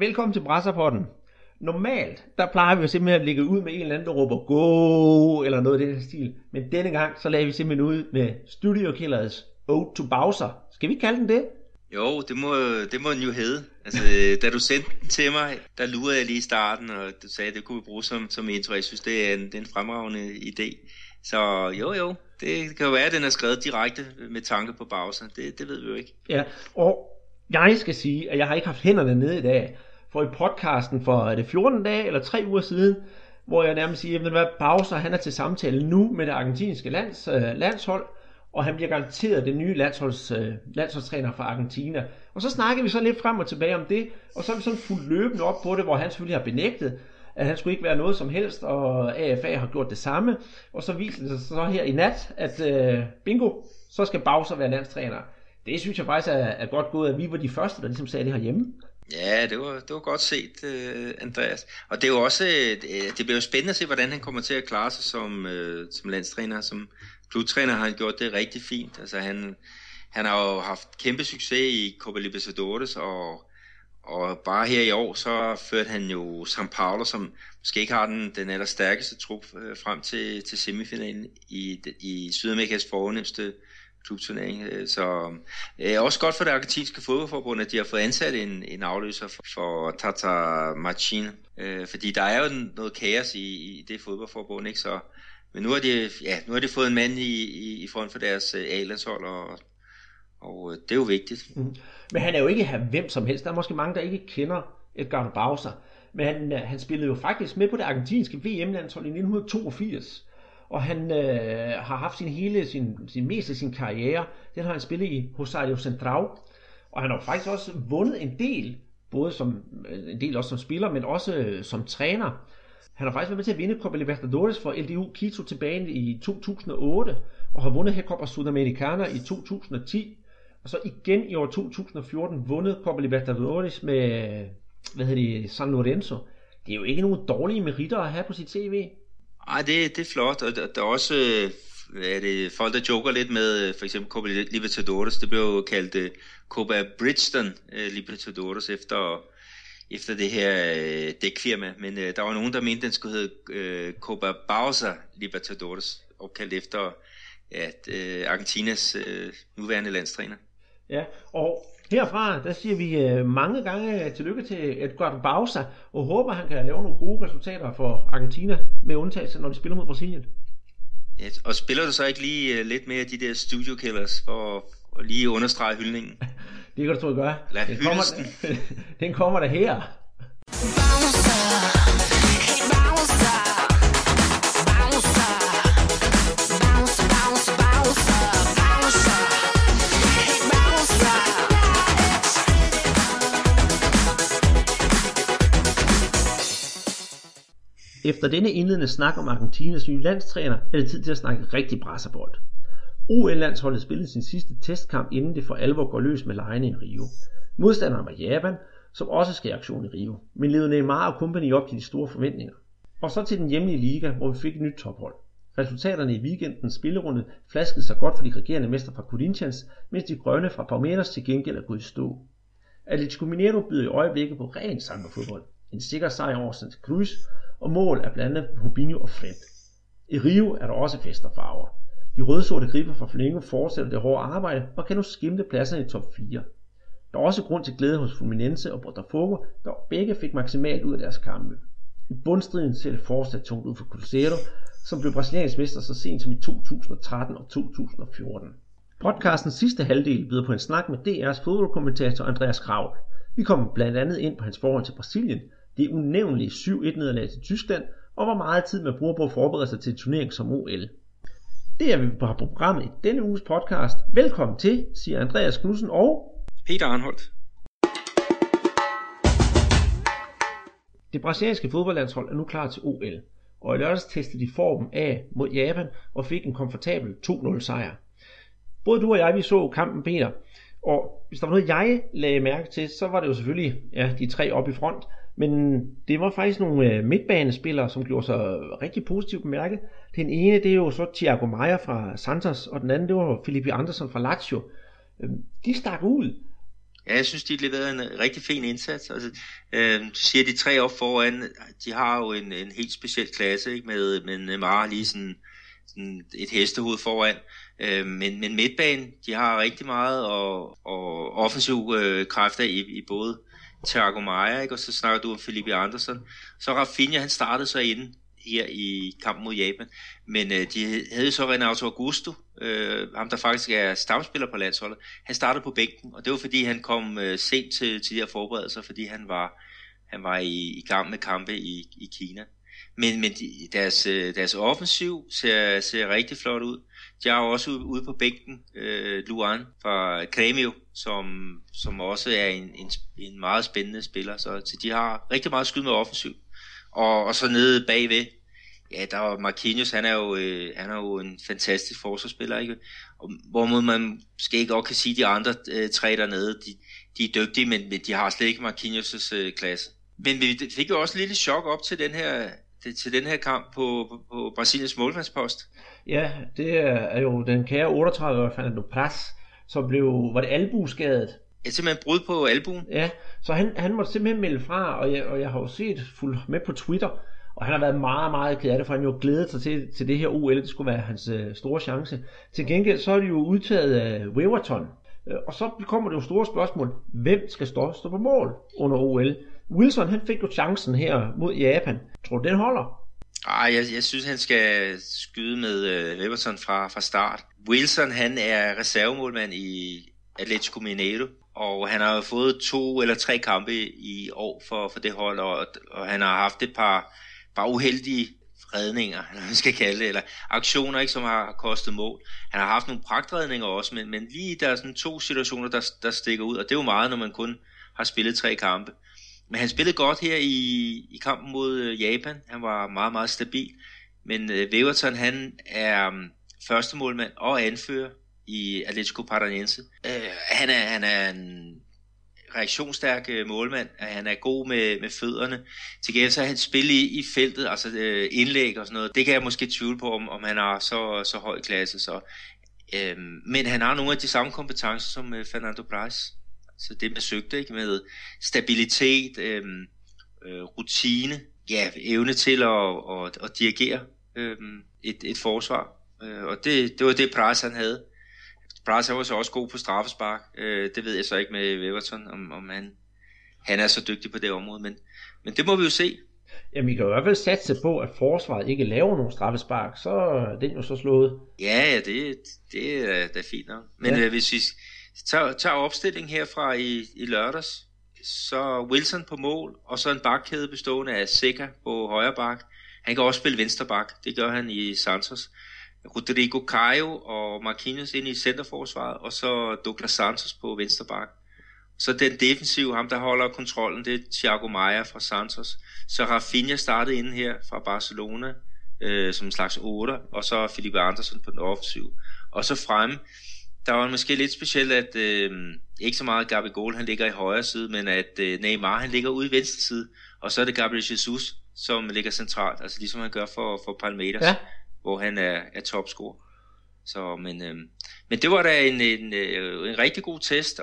Velkommen til Brasserpotten. Normalt, der plejer vi jo simpelthen at lægge ud med en eller anden, der råber go, eller noget af den stil. Men denne gang, så lagde vi simpelthen ud med Studio Killers Ode to Bowser. Skal vi kalde den det? Jo, det må den jo hedde. Altså, da du sendte den til mig, der lurede jeg lige i starten, og du sagde, at det kunne vi bruge som intro. Jeg synes, det er en fremragende idé. Så jo, det kan jo være, at den er skrevet direkte med tanke på Bowser. Det ved vi jo ikke. Ja, og jeg skal sige, at jeg har ikke haft hænderne nede i dag. For i podcasten for 14 dage eller 3 uger siden, hvor jeg nærmest siger, at Bowser han er til samtale nu med det argentinske landshold, og han bliver garanteret den nye landsholdstræner for Argentina. Og så snakker vi så lidt frem og tilbage om det, og så er vi sådan fuldt løbende op på det, hvor han selvfølgelig har benægtet, at han skulle ikke være noget som helst, og AFA har gjort det samme. Og så viser det sig så her i nat, at bingo, så skal Bowser være landstræner. Det synes jeg faktisk er godt gået, at vi var de første, der ligesom sagde det herhjemme. Ja, det var godt set, Andreas. Og det er jo også, det bliver jo spændende at se, hvordan han kommer til at klare sig som landstræner. Som klubtræner har han gjort det rigtig fint. Altså han har jo haft kæmpe succes i Copa Libertadores, og bare her i år, så førte han jo São Paulo, som måske ikke har den allerstærkeste trup frem til semifinalen i Sydamerikas fornemste klubturnering. Så også godt for det argentinske fodboldforbund, at de har fået ansat en afløser for Tata Martino. Fordi der er jo noget kaos i det fodboldforbund, ikke? Så, men nu har de fået en mand i front for deres A-landshold, og det er jo vigtigt. Men han er jo ikke her hvem som helst. Der er måske mange, der ikke kender Edgardo Bowser. Men han spillede jo faktisk med på det argentinske VM-landshold i 1982. Og han har haft mest af sin karriere, den har han spillet i Rosario Central. Og han har faktisk også vundet en del, både som spiller, men også som træner. Han har faktisk været med til at vinde Copa Libertadores for LDU Quito tilbage i 2008, og har vundet her Copa Sudamericana i 2010. Og så igen i år 2014 vundet Copa Libertadores med, San Lorenzo. Det er jo ikke nogen dårlige meritter at have på sit CV. Ej, det er flot, og der er også det folk, der joker lidt med for eksempel Copa Libertadores. Det blev jo kaldt Copa Bridgestone Libertadores efter det her dækfirma, men der var nogen, der mente, den skulle hedde Copa Bowser Libertadores, opkaldt efter Argentinas nuværende landstræner. Ja, og herfra, der siger vi mange gange tillykke til Edgardo Bowser, og håber, han kan lave nogle gode resultater for Argentina, med undtagelse, når de spiller mod Brasilien. Ja, og spiller du så ikke lige lidt mere af de der Studio Killers, for at lige understrege hyldningen? Det kan du tro, at gøre. Den kommer der her. Efter denne indledende snak om Argentinas nye landstræner, er det tid til at snakke rigtig brasserbold. OL-landsholdet spillede sin sidste testkamp, inden det for alvor går løs med legene i Rio. Modstanderen var Japan, som også skal i aktion i Rio, men levede Neymar og company op til de store forventninger. Og så til den hjemlige liga, hvor vi fik et nyt tophold. Resultaterne i weekendens spillerunde flaskede sig godt for de regerende mester fra Corinthians, mens de grønne fra Palmeiras til gengæld er gået i stå. Atletico Mineiro byder i øjeblikket på ren samba-fodbold. En sikker sejr over Santa Cruz, og mål er blandt andet Robinho og Fred. I Rio er der også fest og farver. De rødsorte griber fra Flamengo fortsætter det hårde arbejde og kan nu skimte pladserne i top 4. Der er også grund til glæde hos Fluminense og Botafogo, der begge fik maksimalt ud af deres kampe. I bundstriden ser det fortsat tungt ud for Cruzeiro, som blev brasiliansk mester så sent som i 2013 og 2014. Podcastens sidste halvdel byder på en snak med DR's fodboldkommentator Andreas Kraul. Vi kommer blandt andet ind på hans forhold til Brasilien, det unævnlige 7-1-nederlag til Tyskland, og hvor meget tid man bruger på at forberede sig til en turnering som OL. Det er vi på programmet i denne uges podcast. Velkommen til, siger Andreas Knudsen og Peter Arnholdt. Det brasilianske fodboldlandshold er nu klar til OL, og i lørdags testede de formen af mod Japan og fik en komfortabel 2-0 sejr. Både du og jeg, vi så kampen, Peter, og hvis der var noget, jeg lagde mærke til, så var det jo selvfølgelig de 3 op i front. Men det var faktisk nogle midtbanespillere, som gjorde sig rigtig positivt bemærket. Den ene, det er jo så Thiago Maia fra Santos, og den anden, det var Felipe Anderson fra Lazio. De stak ud. Ja, jeg synes, de leverede en rigtig fin indsats. Altså, du siger, de 3 op foran, de har jo en helt speciel klasse, ikke? Med Neymar lige sådan et hestehoved foran. Men midtbanen, de har rigtig meget og offensiv kræfter i både Thiago Maia, ikke? Og så snakker du om Felipe Anderson. Så Rafinha, han startede så inden her i kampen mod Japan. Men de havde så Renato Augusto, ham der faktisk er stamspiller på landsholdet. Han startede på bænken, og det var fordi han kom sent til de her forberedelser, fordi han var i gang med kampe i Kina. Men deres offensiv ser rigtig flot ud. De er også ude på bænken Luan fra Grêmio, som også er en meget spændende spiller. Så de har rigtig meget skyd med offensiv. Og så nede bagved, ja, der var Marquinhos, han er jo en fantastisk forsvarsspiller, ikke? Hvorimod man måske ikke også kan sige, de andre 3 dernede, de er dygtige, men de har slet ikke Marquinhos' klasse. Men vi fik jo også et lille chok op til den her kamp på Brasiliens målmandspost. Ja, det er jo den kære 38-årige Fernando Praz, som var det albueskadet. Ja, simpelthen brud på albuen. Ja, så han måtte simpelthen melde fra, og jeg har jo fulgt med på Twitter, og han har været meget, meget ked af det, for han jo glædet sig til det her OL, det skulle være hans store chance. Til gengæld så er de jo udtaget Weverton, og så kommer det jo store spørgsmål, hvem skal stå på mål under OL? Wilson, han fik jo chancen her mod Japan. Tror du, den holder? Jeg synes, han skal skyde med Weverton fra start. Wilson, han er reservemålmand i Atlético Mineiro, og han har fået 2 eller 3 kampe i år for det hold, og han har haft et par uheldige redninger, eller hvad man skal kalde det, eller aktioner, ikke, som har kostet mål. Han har haft nogle pragtredninger også, men lige der er sådan 2 situationer, der stikker ud, og det er jo meget, når man kun har spillet 3 kampe. Men han spillede godt her i kampen mod Japan. Han var meget, meget stabil. Men Weverton, han er første målmand og anfører i Atlético Paranaense. Han er en reaktionsstærk målmand. Han er god med fødderne. Til gengæld så er han spillet i feltet, altså indlæg og sådan noget. Det kan jeg måske tvivle på, om han har så høj klasse. Men han har nogle af de samme kompetencer som Fernando Praz. Så det man søgte, ikke, med stabilitet, rutine, ja, evne til at dirigere et forsvar. Og det var det Praz han havde. Praz var så også god på straffespark. Det ved jeg så ikke med Weverton, om han er så dygtig på det område, men det må vi jo se. Jamen, vi kan jo i hvert fald satse på, at forsvaret ikke laver nogen straffespark, så er den jo så slået. Ja, det er fint nok. Men hvis vi tager opstilling herfra i lørdags, så Wilson på mål, og så en bakkæde bestående af Seca på højre bak. Han kan også spille venstre bak, det gør han i Santos. Rodrigo Caio og Marquinhos ind i centerforsvaret, og så Douglas Santos på venstre bak. Så den defensiv, ham der holder kontrollen, det er Thiago Maia fra Santos. Så Rafinha startede inden her fra Barcelona som en slags 8, og så Felipe Anderson på den offensiv. Og så fremme, der var måske lidt specielt, at ikke så meget Gabigol, han ligger i højre side, men at Neymar, han ligger ude i venstre side, og så er det Gabriel Jesus, som ligger centralt, altså ligesom han gør for Palmeiras, ja, hvor han er topscorer. Så, men det var da en rigtig god test,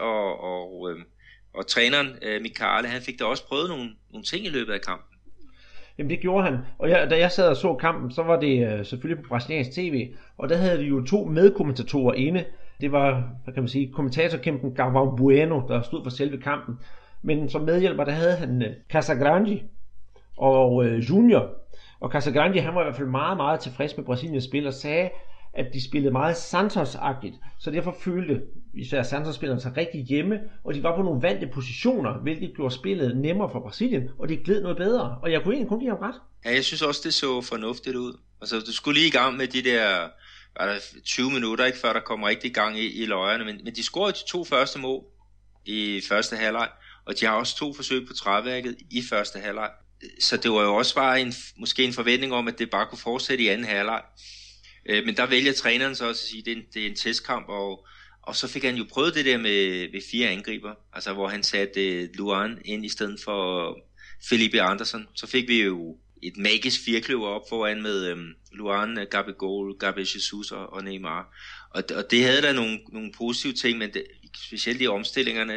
og træneren Michele, han fik da også prøvet nogle ting i løbet af kampen. Jamen det gjorde han, og da jeg sad og så kampen, så var det selvfølgelig på brasiliansk tv, og der havde de jo 2 medkommentatorer inde. Det var, hvad kan man sige, kommentatorkæmpen Galvão Bueno, der stod for selve kampen. Men som medhjælper, der havde han Casagrande og Junior. Og Casagrande, han var i hvert fald meget, meget tilfreds med Brasiliens spil og sagde, at de spillede meget Santos-agtigt. Så derfor følte især Santos-spillerne sig rigtig hjemme, og de var på nogle vante positioner, hvilket gjorde spillet nemmere for Brasilien, og det gled noget bedre. Og jeg kunne egentlig kun give ham ret. Ja, jeg synes også, det så fornuftigt ud. Altså, du skulle lige i gang med de der 20 minutter, ikke, før der kom rigtig i gang i løjerne, men de scorede de 2 første mål i første halvleg, og de har også 2 forsøg på træværket i første halvleg. Så det var jo også bare måske en forventning om, at det bare kunne fortsætte i anden halvleg. Men der vælger træneren så også at sige, at det er en testkamp, og så fik han jo prøvet det der med 4 angriber, altså hvor han satte Luan ind i stedet for Felipe Anderson. Så fik vi jo et magisk 4-kløver op foran med Luan, Gabigol, Gabriel Jesus og Neymar. Og det havde der nogle positive ting, men specielt i omstillingerne,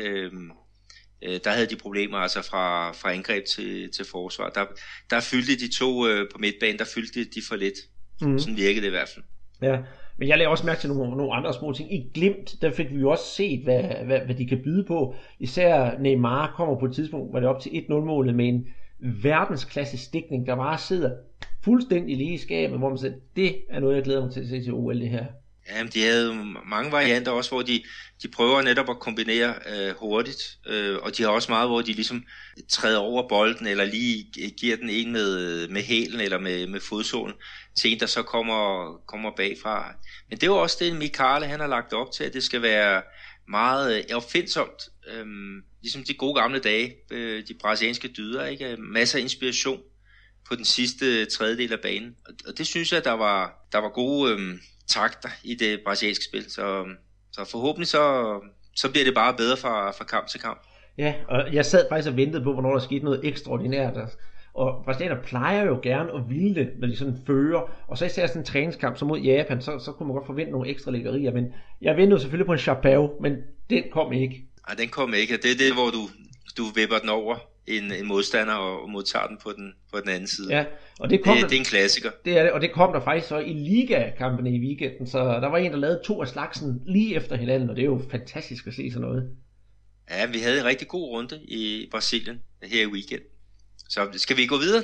der havde de problemer altså fra angreb til forsvar. Der fyldte de to på midtbanen, der fyldte de for lidt. Sådan virkede det i hvert fald. Ja, men jeg lagde også mærke til nogle andre små ting. I Glimt, der fik vi jo også set, hvad de kan byde på. Især Neymar kommer på et tidspunkt, hvor det er op til 1-0-målet med en verdensklasse stikning, der bare sidder fuldstændig lige i skabet, hvor man siger, det er noget, jeg glæder mig til at se til OL, det her. Jamen, de havde mange varianter også, hvor de prøver netop at kombinere hurtigt, og de har også meget, hvor de ligesom træder over bolden, eller lige giver den en med hælen, eller med fodsålen, til en, der så kommer bagfra. Men det er jo også det, Micale, han har lagt op til, at det skal være meget opfindsomt, ligesom de gode gamle dage, de brasilianske dyder, ikke? Masser af inspiration på den sidste tredjedel af banen, og det synes jeg, der var gode takter i det brasilianske spil, så forhåbentlig så bliver det bare bedre fra kamp til kamp. Ja, og jeg sad faktisk og ventede på, hvornår der skete noget ekstraordinært, og brasilianerne plejer jo gerne at ville det, når de sådan fører, og så især sådan en træningskamp som mod Japan, så kunne man godt forvente nogle ekstra lækkerier, men jeg ventede selvfølgelig på en Chapéu, men den kom ikke. Nej, den kom ikke, det er det, hvor du vipper den over en modstander og modtager den på den anden side. Ja, og det er en klassiker. Det er det, og det kom der faktisk så i ligakampene i weekenden, så der var en, der lavede 2 af slagsen lige efter hinanden, og det er jo fantastisk at se sådan noget. Ja, vi havde en rigtig god runde i Brasilien her i weekenden. Så skal vi gå videre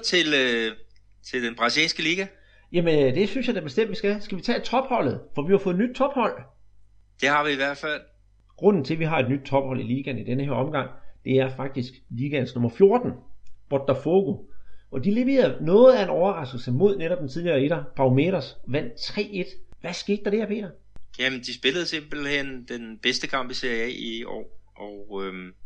til den brasilianske liga? Jamen, det synes jeg da bestemt, vi skal. Skal vi tage topholdet? For vi har fået et nyt tophold. Det har vi i hvert fald. Grunden til, at vi har et nyt tophold i ligaen i denne her omgang, det er faktisk ligaens nummer 14, Botafogo. Og de leverede noget af en overraskelse mod netop den tidligere etter, Palmeiras, vandt 3-1. Hvad skete der der, Peter? Jamen, de spillede simpelthen den bedste kamp i Serie A i år, og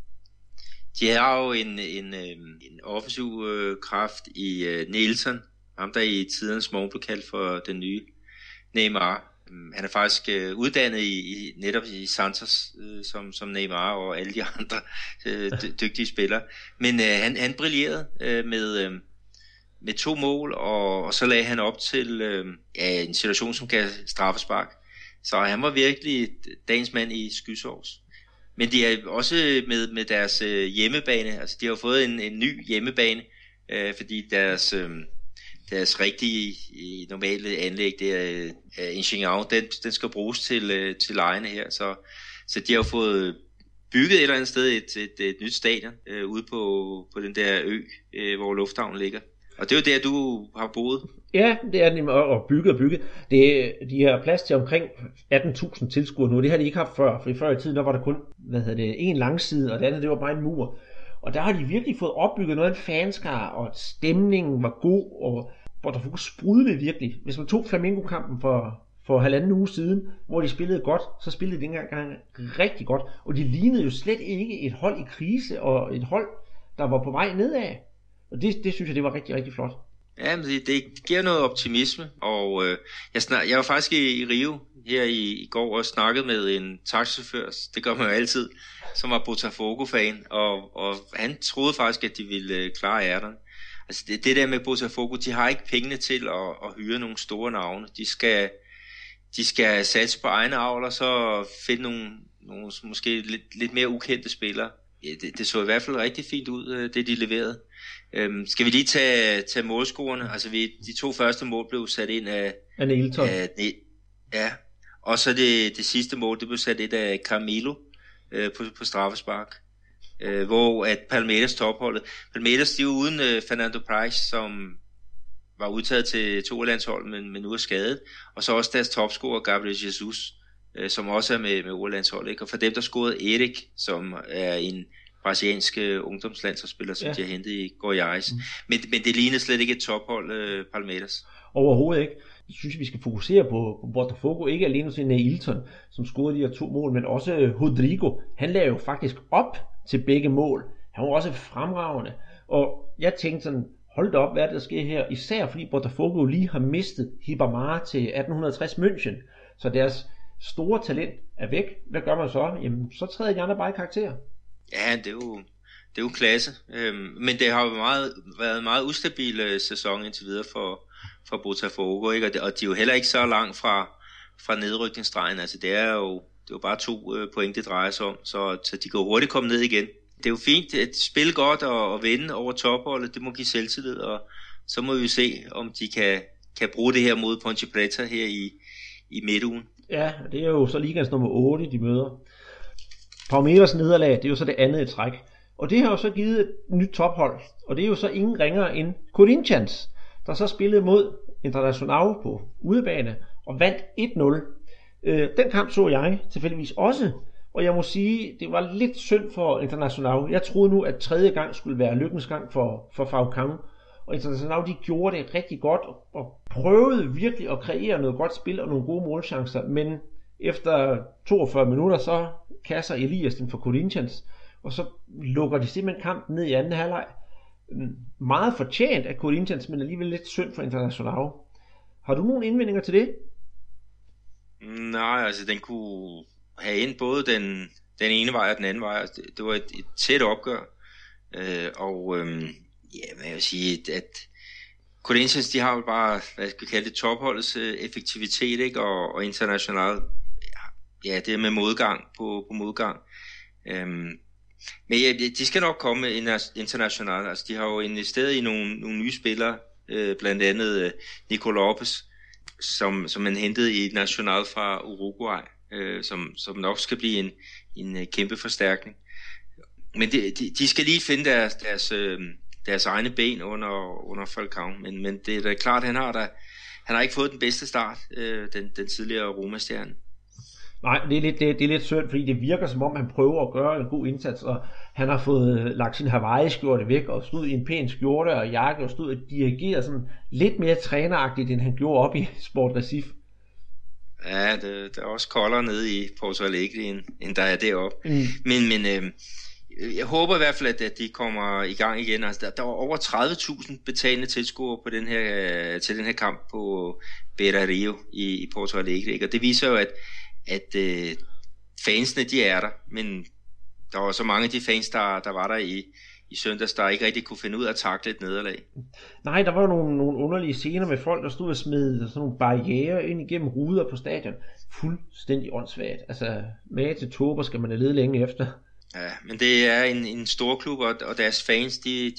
de har jo en offensiv kraft i Nielsen, ham der i tidernes morgen blev kaldt for den nye Neymar. Han er faktisk uddannet netop i Santos som Neymar og alle de andre dygtige spillere. Men han brillerede med 2 mål, og så lagde han op til en situation, som gav straffespark. Så han var virkelig dagens mand i skysovs. Men de er også med deres hjemmebane, altså de har fået en ny hjemmebane, fordi deres rigtige normale anlæg, det er Engenhão, den skal bruges til lejene her, så de har jo fået bygget et eller andet sted et nyt stadion ude på den der ø, hvor lufthavnen ligger. Og det er jo der, du har boet. Ja, det er det, og bygget. De har plads til omkring 18.000 tilskuere nu. Det har de ikke haft før, for før i tiden, der var der kun en langside, og det andet, det var bare en mur. Og der har de virkelig fået opbygget noget af en fanskare, og stemningen var god, og Botafogo sprudlede virkelig. Hvis man tog Flamengo-kampen for 1,5 uge siden, hvor de spillede godt, så spillede de ikke engang rigtig godt. Og de lignede jo slet ikke et hold i krise, og et hold, der var på vej nedad. Og det synes jeg, det var rigtig, rigtig flot. Ja, men det giver noget optimisme, og jeg var faktisk i Rio her i går og snakkede med en taxichauffør, det gør man jo altid, som var Botafogo-fan, og han troede faktisk, at de ville klare ærterne. Altså det der med Botafogo, de har ikke pengene til at hyre nogle store navne. De skal satse på egne avler, så finde nogle måske lidt mere ukendte spillere. Ja, det så i hvert fald rigtig fint ud, det de leverede. Skal vi lige tage målscorerne? Altså de 2 første mål blev sat ind af Neilton. Ja, og så det sidste mål, det blev sat ind af Camilo på straffespark. Hvor at Palmeiras topholdet, Palmeiras de er uden Fernando Price, som var udtaget til toerlandshold, men nu er skadet, og så også deres topscorer Gabriel Jesus, som også er med OL-landsholdet, og for dem der scorede Erik, som er en brasiliansk ungdomslandsholdsspiller, som de har hentet i Goiás. Men det ligner slet ikke et tophold, Palmeiras. Overhovedet ikke. Jeg synes, vi skal fokusere på Botafogo, ikke alene til Neilton, som scorede de her 2 mål, men også Rodrigo. Han lavede jo faktisk op til begge mål. Han var også fremragende. Og jeg tænkte sådan, hold da op, hvad er det, der sker her? Især fordi Botafogo lige har mistet Ribamar til 1860 München. Så deres store talent er væk. Hvad gør man så? Jamen, så træder de andre bare i karakter. Ja, det er jo klasse. Men det har jo været en meget ustabil sæson indtil videre for Botafogo, ikke? Og de er jo heller ikke så langt fra nedrykningsstregen. Altså det er jo Det var bare 2 point, det drejer sig om, så de kan hurtigt komme ned igen. Det er jo fint at spille godt og vinde over topholdet, det må give selvtillid, og så må vi se, om de kan bruge det her mod Ponte Preta her i midtugen. Ja, det er jo så ligens nummer 8, de møder. Palmeiras nederlag, det er jo så det andet i træk. Og det har jo så givet et nyt tophold, og det er jo så ingen ringere end Corinthians, der så spillede mod Internacional på udebane og vandt 1-0. Den kamp så jeg tilfældigvis også, og jeg må sige, det var lidt synd for Internacional. Jeg troede nu, at tredje gang skulle være lykkens gang for Falcao, og Internacional de gjorde det rigtig godt og prøvede virkelig at kreere noget godt spil og nogle gode målchancer, men efter 42 minutter så kasser Elias den for Corinthians, og så lukker de simpelthen kampen ned i anden halvleg. Meget fortjent af Corinthians, men alligevel lidt synd for Internacional. Har du nogle indvendinger til det? Nej, altså den kunne have ind både den ene vej og den anden vej. Det var et tæt opgør. Jeg vil sige, at Corinthians, de har jo bare, hvad skal vi kalde det, topholdets effektivitet, ikke? Og International, ja, det er med modgang på modgang. Men ja, de skal nok komme International. Altså, de har jo investeret i nogle nye spillere, blandt andet Nico Lopez, som man hentede i Nacional fra Uruguay, som nok skal blive en kæmpe forstærkning. Men de skal lige finde deres egne ben under Falcao, men det er da klart, han har ikke fået den bedste start, den tidligere Roma-stjerne. Nej, det er lidt synd, fordi det virker som om, han prøver at gøre en god indsats, og han har fået lagt sin Hawaii-skjorte væk, og stod i en pæn skjorte og jakke, og stod og dirigerede sådan lidt mere træneragtigt, end han gjorde op i Sport Recife. Ja, der er også koldere nede i Porto Alegre, end der er deroppe. Men jeg håber i hvert fald, at de kommer i gang igen. Altså, der var over 30.000 betalende tilskuere på til den her kamp på Beira-Rio i Porto Alegre, ikke? Og det viser jo, at fansene, de er der, men der var så mange af de fans, der var der i søndags, der ikke rigtig kunne finde ud af at takle et nederlag. Nej, der var nogle underlige scener med folk, der stod og smed sådan nogle barrierer ind igennem ruder på stadion. Fuldstændig åndssvagt. Altså, med til tober skal man lede længe efter. Ja, men det er en stor klub, og deres fans, de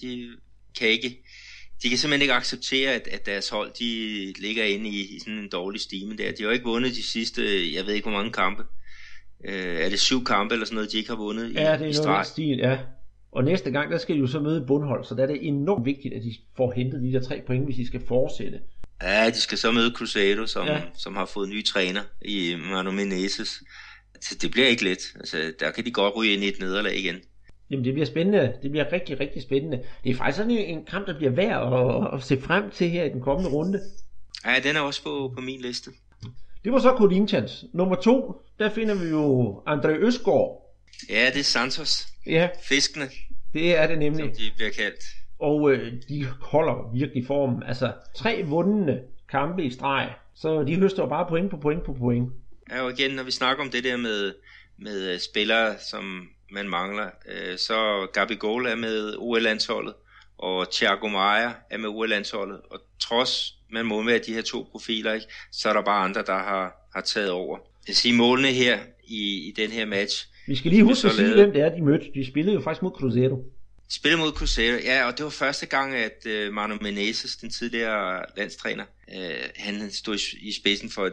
kan simpelthen ikke acceptere, at deres hold, de ligger inde i sådan en dårlig stime der. De har jo ikke vundet de sidste, jeg ved ikke hvor mange kampe. Er det 7 kampe eller sådan noget, de ikke har vundet i streg? Ja, det er noget stil, ja. Og næste gang, der skal de jo så møde bundhold, så der er det enormt vigtigt, at de får hentet de der 3 point, hvis de skal fortsætte. Ja, de skal så møde Cruzeiro, som har fået nye træner i Mano Menezes. Så det bliver ikke let. Altså, der kan de godt ryge ind i et nederlag igen. Jamen, det bliver spændende. Det bliver rigtig, rigtig spændende. Det er faktisk sådan en kamp, der bliver værd at se frem til her i den kommende runde. Ja, den er også på min liste. Det var så Corinthians. Nummer 2, der finder vi jo André Østgaard. Ja, det er Santos. Ja. Fiskene. Det er det nemlig. Som de bliver kaldt. Og de holder virkelig formen. Altså 3 vundne kampe i streg. Så de høster bare point på point på point. Ja, og igen, når vi snakker om det der med spillere, som man mangler, så Gabigol er med OL-landsholdet, og Thiago Maia er med OL-landsholdet, og trods man må med de her 2 profiler, ikke, så er der bare andre, der har taget over. Jeg siger målene her i den her match. Vi skal lige huske at sige, hvem det er, de mødte. De spillede jo faktisk mod Cruzeiro. De spillede mod Cruzeiro, ja, og det var første gang, at Mano Menezes, den tidligere landstræner, han stod i spidsen for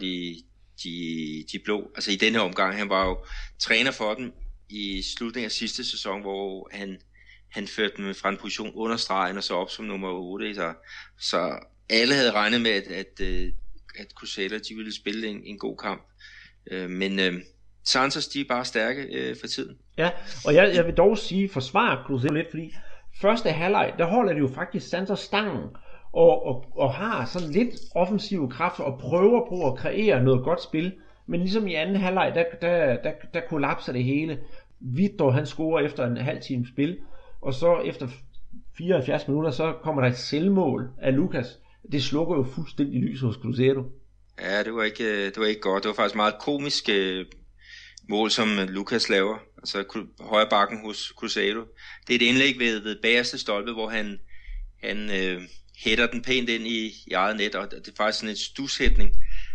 de blå. Altså i den her omgang, han var jo træner for dem i slutningen af sidste sæson, hvor han førte dem fra en position under stregen og så op som nummer 8. Så alle havde regnet med, at Cruzeiro, de ville spille en god kamp. Men Santos, de er bare stærke for tiden. Ja, og jeg vil dog sige, forsvare Cruzeiro lidt, fordi første halvleg, der holder de jo faktisk Santos stangen, og har sådan lidt offensive kræfter, og prøver på at kreere noget godt spil, men ligesom i anden halvleg, der kollapser det hele. Vitor, han scorer efter en halv time spil, og så efter 74 minutter, så kommer der et selvmål af Lucas. Det slukker jo fuldstændig lys hos Cruzeiro. Ja, det var ikke godt. Det var faktisk meget komisk mål, som Lucas laver. Altså højre bakken hos Cruzeiro. Det er et indlæg ved bagerste stolpe, hvor han hætter den pænt ind i eget net, og det er faktisk sådan en stushætning.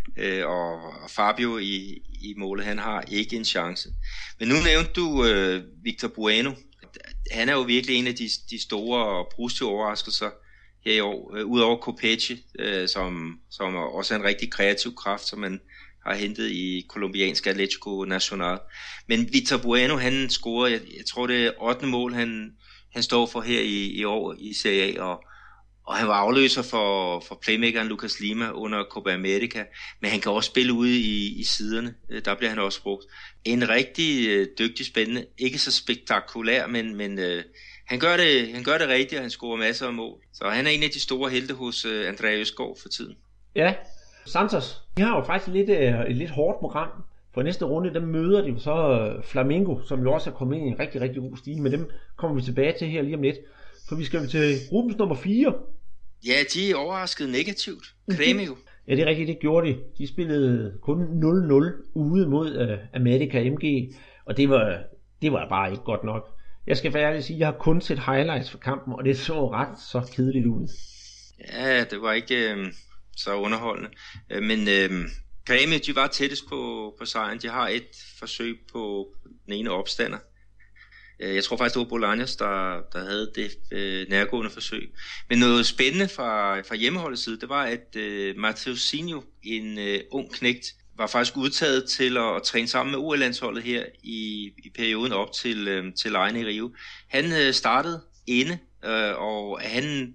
og Fabio i målet, han har ikke en chance. Men nu nævnte du Victor Bueno. Han er jo virkelig en af de store og positive overraskelser her i år, udover Kopech, som også er en rigtig kreativ kraft, som man har hentet i colombiansk Atlético Nacional. Men Victor Bueno, han scorer, jeg tror det er 8. mål, han står for her i år i Serie A, og han var afløser for playmakeren Lucas Lima under Copa America, men han kan også spille ude i siderne, der bliver han også brugt. En rigtig dygtig, spændende, ikke så spektakulær, men han gør det rigtigt, og han scorer masser af mål. Så han er en af de store helte hos Andrea Østgaard for tiden. Ja, Santos, de har jo faktisk et lidt hårdt program. For næste runde, der møder de jo så Flamengo, som jo også er kommet ind i en rigtig, rigtig god stil. Men dem kommer vi tilbage til her lige om lidt. For vi skal til gruppens nummer 4. Ja, de er overrasket negativt. Grêmio. Ja, det er rigtigt, det gjorde de. De spillede kun 0-0 ude mod América MG. Og det var bare ikke godt nok. Jeg skal være ærlig at sige, at jeg har kun set highlights for kampen, og det så ret så kedeligt ud. Ja, det var ikke så underholdende. Men Grêmio, de var tættest på sejren. De har et forsøg på den ene opstander. Jeg tror faktisk, det var Bolaños, der havde det nærgående forsøg. Men noget spændende fra hjemmeholdets side, det var, at Mateuzinho, en ung knægt, var faktisk udtaget til at træne sammen med OL-landsholdet her i perioden op til legene i Rio. Han startede inde, og han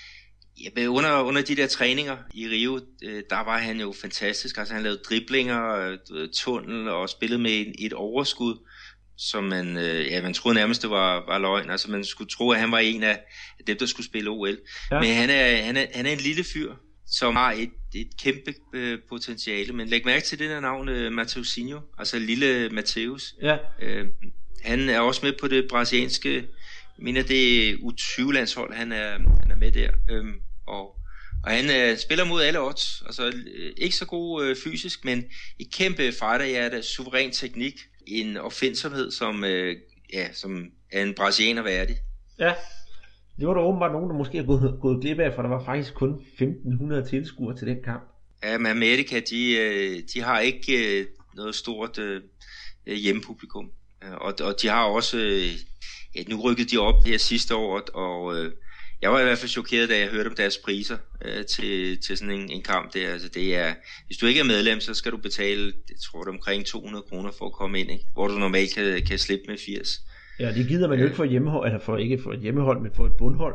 under de der træninger i Rio, der var han jo fantastisk. Altså han lavede driblinger, tunnel og spillede med et overskud, som man troede nærmest det var løgn. Altså man skulle tro, at han var en af dem, der skulle spille OL. Ja. Men han er en lille fyr, som har et kæmpe potentiale. Men læg mærke til det der navn, Mateuzinho, altså lille Mateus. Ja. Han er også med på det brasilianske, jeg mener det er U20-landshold, han er med der. Og han spiller mod alle odds, altså ikke så god fysisk, men et kæmpe fighterhjerte, suveræn teknik, en opfindsomhed, som er en brasilianer værdig. Ja, det var der åbenbart nogen, der måske har gået glip af, for der var faktisk kun 1.500 tilskuere til den kamp. Ja, men Amerika, de har ikke noget stort hjemmepublikum, og de har også, nu rykkede de op her sidste år, og jeg var i hvert fald chokeret, da jeg hørte om deres priser til sådan en kamp der. Altså det er, hvis du ikke er medlem, så skal du betale, jeg tror det omkring 200 kroner for at komme ind, ikke? Hvor du normalt kan slippe med 80. Ja, det gider man jo ikke for hjemmehold, eller ikke for et hjemmehold, men for et bundhold.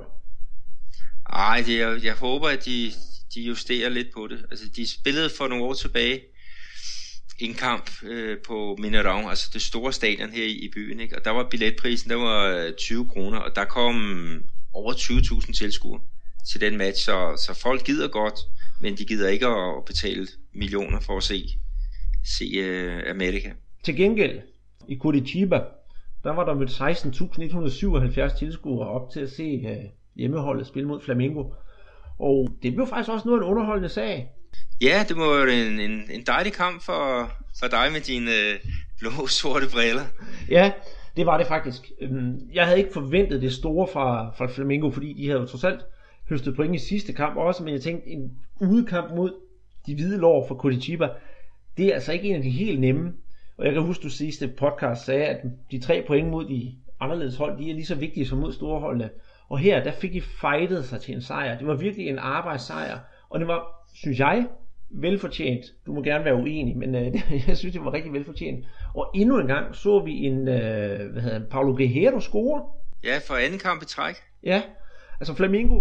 Nej, jeg håber, at de justerer lidt på det. Altså de spillede for nogle år tilbage en kamp på Mineirão, altså det store stadion her i byen, ikke? Og der var billetprisen, der var 20 kroner, og der kom over 20.000 tilskuere til den match, så folk gider godt, men de gider ikke at betale millioner for at se Amerika. Til gengæld, i Curitiba, der var der med 16.177 tilskuere op til at se hjemmeholdet spille mod Flamengo, og det blev faktisk også noget af en underholdende sag. Ja, det må være en dejlig kamp for dig med dine blå-sorte briller. Ja, det var det faktisk. Jeg havde ikke forventet det store fra Flamengo, fordi de havde jo trods alt høstet point i sidste kamp også, men jeg tænkte, en udekamp mod de hvide lår fra Curitiba, det er altså ikke en af de helt nemme. Og jeg kan huske, du sidste podcast sagde, at de 3 point mod de anderledes hold, de er lige så vigtige som mod store holdene. Og her, der fik de fightet sig til en sejr. Det var virkelig en arbejdssejr, og det var, synes jeg, velfortjent. Du må gerne være uenig, men jeg synes, det var rigtig velfortjent. Og endnu en gang så vi en Paulo Guerrero score. Ja, for anden kamp i træk. Ja, altså Flamengo,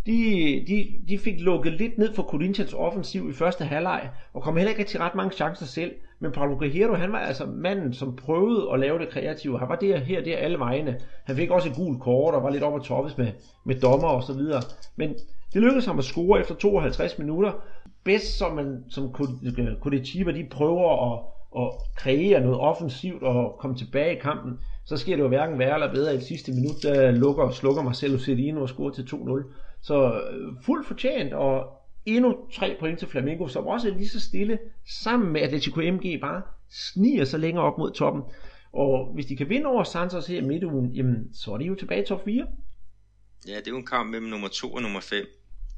de fik lukket lidt ned for Corinthians offensiv i første halvleg, og kom heller ikke til ret mange chancer selv. Men Paulo Guerrero, han var altså manden, som prøvede at lave det kreative. Han var der alle vejene. Han fik også et gult kort og var lidt op at toppes med dommer og så videre. Men det lykkedes ham at score efter 52 minutter. Bedst som Curitiba, de prøver at kreere noget offensivt og komme tilbage i kampen, så sker det jo hverken værre eller bedre i det sidste minut, der slukker Marcelo Cirino og scorer til 2-0. Så fuldt fortjent, og endnu 3 point til Flamengo, som også er lige så stille, sammen med Atlético MG, bare sniger sig længere op mod toppen. Og hvis de kan vinde over Santos her i midtugen, jamen, så er de jo tilbage i top 4. Ja, det er jo en kamp mellem nummer 2 og nummer 5.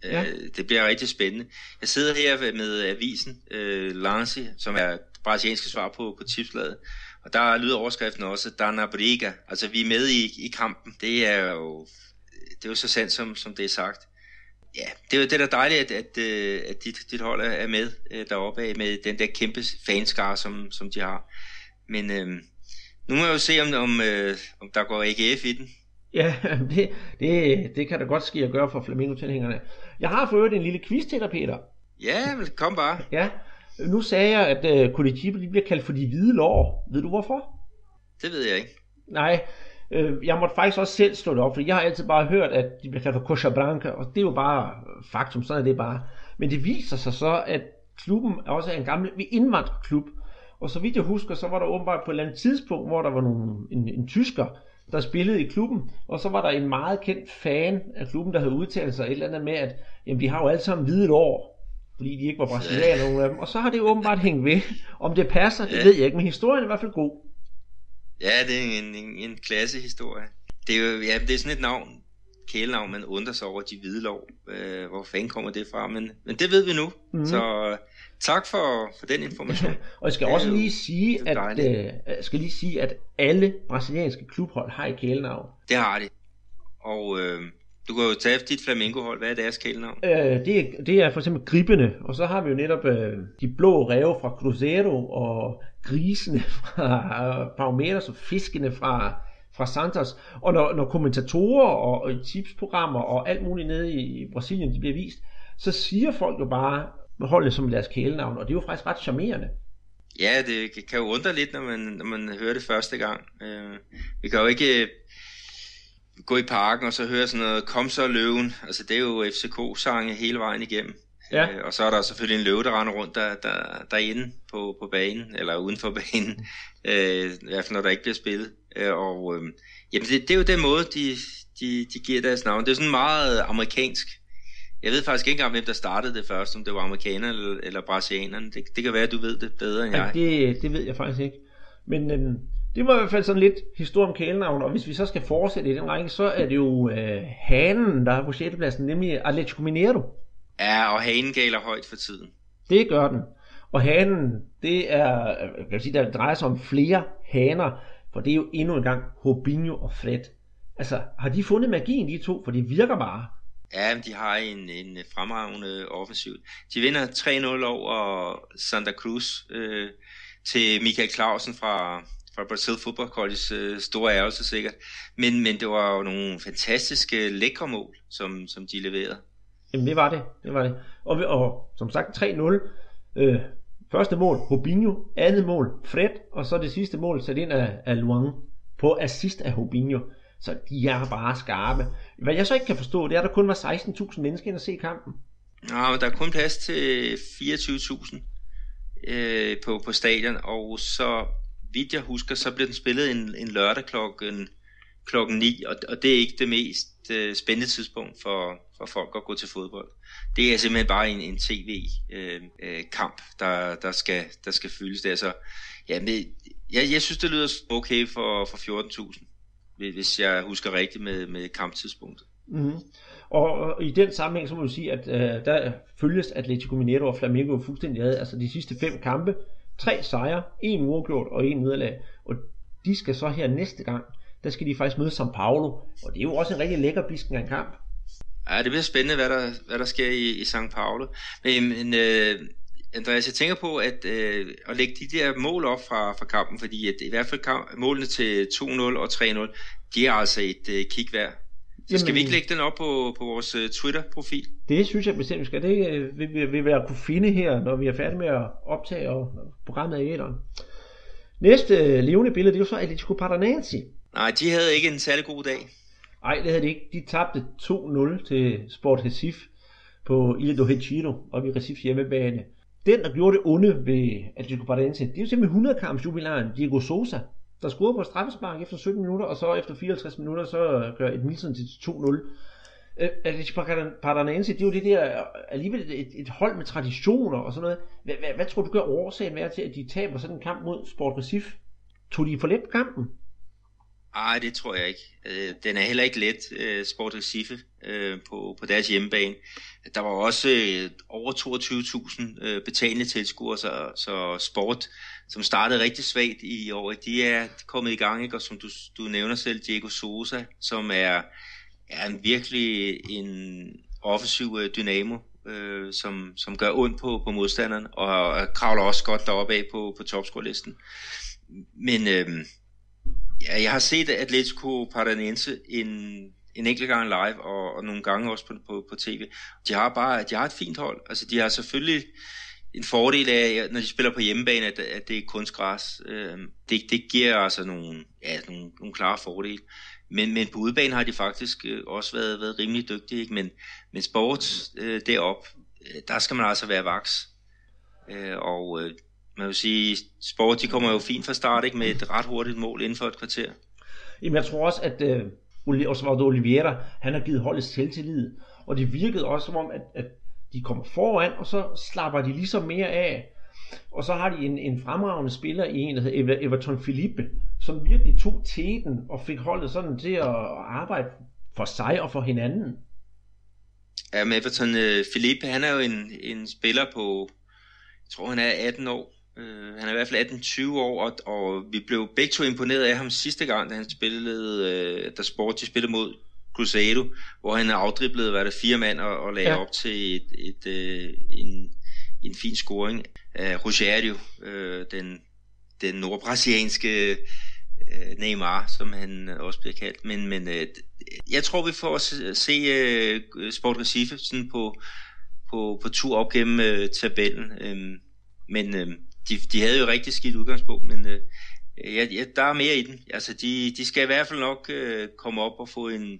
Ja. Det bliver rigtig spændende. Jeg sidder her med avisen Lance, som er brasilianske svar på tipslaget. Og der lyder overskriften også, der er na briga. Altså vi er med i kampen. Det er jo så sandt, som det er sagt. Ja, det er da dejligt, at dit hold er med deroppe af med den der kæmpe fanskare, som de har. Men nu må jeg jo se, om der går AGF i den. Ja, det kan da godt ske at gøre for Flamengo-tilhængerne. Jeg har fået en lille quiz til dig, Peter. Ja, kom bare. Ja, nu sagde jeg, at Curitiba bliver kaldt for de hvide lår. Ved du hvorfor? Det ved jeg ikke. Nej, jeg måtte faktisk også selv slå det op, fordi jeg har altid bare hørt, at de bliver kaldt for Coxa Branca, og det er jo bare faktum, sådan er det bare. Men det viser sig så, at klubben også er en gammel indvandrerklub, og så vidt jeg husker, så var der åbenbart på et eller andet tidspunkt, hvor der var en tysker, der spillede i klubben, og så var der en meget kendt fan af klubben, der havde udtalt sig et eller andet med, at jamen, de har jo alle sammen hvide lår, fordi de ikke var brasilianere, nogen af dem, og så har det jo åbenbart hængt ved. Om det passer, det ved jeg ikke, men historien er i hvert fald god. Ja, det er en klassehistorie. Det er jo det er sådan et navn, kælenavn, man undrer sig over de hvide lår. Hvor fanden kommer det fra? Men det ved vi nu. Mm-hmm. Så tak for den information. Og jeg skal også lige sige, at alle brasilianske klubhold har et kælenavn. Det har de. Og du kan jo tage dit Flamengo-hold. Hvad er deres kælenavn? Det er for eksempel Gribene. Og så har vi jo netop de blå ræve fra Cruzeiro, og grisene fra Palmeiras, og fiskene fra Santos. Og når kommentatorer og tipsprogrammer og alt muligt nede i Brasilien de bliver vist, så siger folk jo bare holdet som deres kælenavn, og det er jo faktisk ret charmerende. Ja, det kan jo undre lidt, når man hører det første gang. Vi kan jo ikke gå i parken og så høre sådan noget "Kom så løven", altså det er jo FCK-sange hele vejen igennem. Ja. Og så er der selvfølgelig en løve, der render rundt derinde på banen, eller uden for banen, i hvert fald når der ikke bliver spillet. Jamen det er jo den måde, de giver deres navn. Det er sådan meget amerikansk. Jeg ved faktisk ikke engang, hvem der startede det først, om det var amerikanerne eller brasilianerne. Det kan være, at du ved det bedre end jeg. Det ved jeg faktisk ikke. Men det var i hvert fald sådan lidt historie om kælenavn, og hvis vi så skal fortsætte i den række, så er det jo hanen, der er på 6. pladsen, nemlig Atlético Mineiro. Ja, og hanen galer højt for tiden. Det gør den. Og hanen, det er, jeg vil sige, der drejer sig om flere haner, for det er jo endnu en gang Robinho og Fred. Altså, har de fundet magien, de to? For det virker bare. Ja, de har en fremragende offensiv. De vinder 3-0 over Santa Cruz til Michael Clausen fra Brazil Football College, store ærgelse sikkert. Men det var jo nogle fantastiske lækre mål, som de leverede. Jamen det var det. Og som sagt 3-0. Første mål Robinho, andet mål Fred, og så det sidste mål sat ind af Luan på assist af Robinho. Så de er bare skarpe. Hvad jeg så ikke kan forstå, det er, at der kun var 16.000 mennesker ind at se kampen. Ja, men der er kun plads til 24.000 på stadion, og så vidt jeg husker, så blev den spillet en lørdag klokken 9, og det er ikke det mest spændende tidspunkt for folk at gå til fodbold. Det er simpelthen bare en tv-kamp, der skal fyldes der. Så ja, jeg synes, det lyder okay for 14.000. Hvis jeg husker rigtigt med kamptidspunktet. Mm-hmm. Og i den sammenhæng så må du sige, at der følges Atlético Mineiro og Flamengo fuldstændig ad. Altså de sidste 5 kampe, 3 sejre, 1 uafgjort og 1 nederlag. Og de skal så her næste gang, der skal de faktisk møde São Paulo. Og det er jo også en rigtig lækker bisken af en kamp. Ja, det bliver spændende, hvad der sker i São Paulo. Men Andreas, jeg tænker på at lægge de der mål op fra kampen, fordi at i hvert fald målene til 2-0 og 3-0, de er altså et kig værd. Så skal vi ikke lægge den op på vores Twitter-profil? Det synes jeg bestemt, vi skal. Det vil vi kunne finde her, når vi er færdige med at optage programmet i æteren. Næste levende billede, det er jo så Atlético Paranaense. Nej, de havde ikke en særlig god dag. Nej, det havde de ikke. De tabte 2-0 til Sport Recife på Ilha do Retiro og ved Recifes hjemmebane. Den, der gjorde det onde ved Atlético Paranaense, det er jo simpelthen 100-kamps jubilaren Diego Sousa, der scorede på straffespark efter 17 minutter, og så efter 54 minutter, så gør Edmilson til 2-0. Atlético Paranaense, det er jo det der, alligevel et hold med traditioner og sådan noget. Hvad tror du gør årsagen være til, at de taber sådan en kamp mod Sport Recife? Tog de for let på kampen? Nej, det tror jeg ikke. Den er heller ikke let, Sport Recife. på deres hjemmebane. Der var også over 22.000 betalende tilskuere, så Sport, som startede rigtig svagt i år, de er kommet i gang, ikke? Og som du nævner selv, Diego Sousa, som er virkelig en offensiv dynamo, som gør ondt på modstanderen, og kravler også godt deroppe af på topscorelisten. Men jeg har set Atlético Paranaense en enkelt gang live, og nogle gange også på tv. De har et fint hold. Altså, de har selvfølgelig en fordel af, når de spiller på hjemmebane, at det er kunstgræs. Det giver altså nogle klare fordele. Men på udebane har de faktisk også været rimelig dygtige, ikke? Men Sport derop, der skal man altså være vaks. Og man vil sige, Sport, de kommer jo fint fra start, ikke? Med et ret hurtigt mål inden for et kvarter. Jamen, jeg tror også, at Osvaldo Oliveira, han har givet holdet selvtillid, og det virkede også som om, at de kommer foran, og så slapper de ligesom mere af. Og så har de en fremragende spiller i en, der hedder Everton Felipe, som virkelig tog teten og fik holdet sådan til at arbejde for sig og for hinanden. Ja, men Everton Felipe, han er jo en spiller på, jeg tror han er 18 år. Han er i hvert fald 18-20 år, og vi blev begge to imponeret af ham sidste gang, da han spillede, da Sport de spillede mod Cruzeiro, hvor han afdriblede 4 mand og lagde op til en fin scoring af Rogerio, den nordbrasilianske Neymar, som han også bliver kaldt. Men jeg tror, vi får at se Sport Recife sådan på tur op gennem tabellen. Men de havde jo rigtig skidt udgangspunkt, men der er mere i den. Altså, de skal i hvert fald nok komme op og få en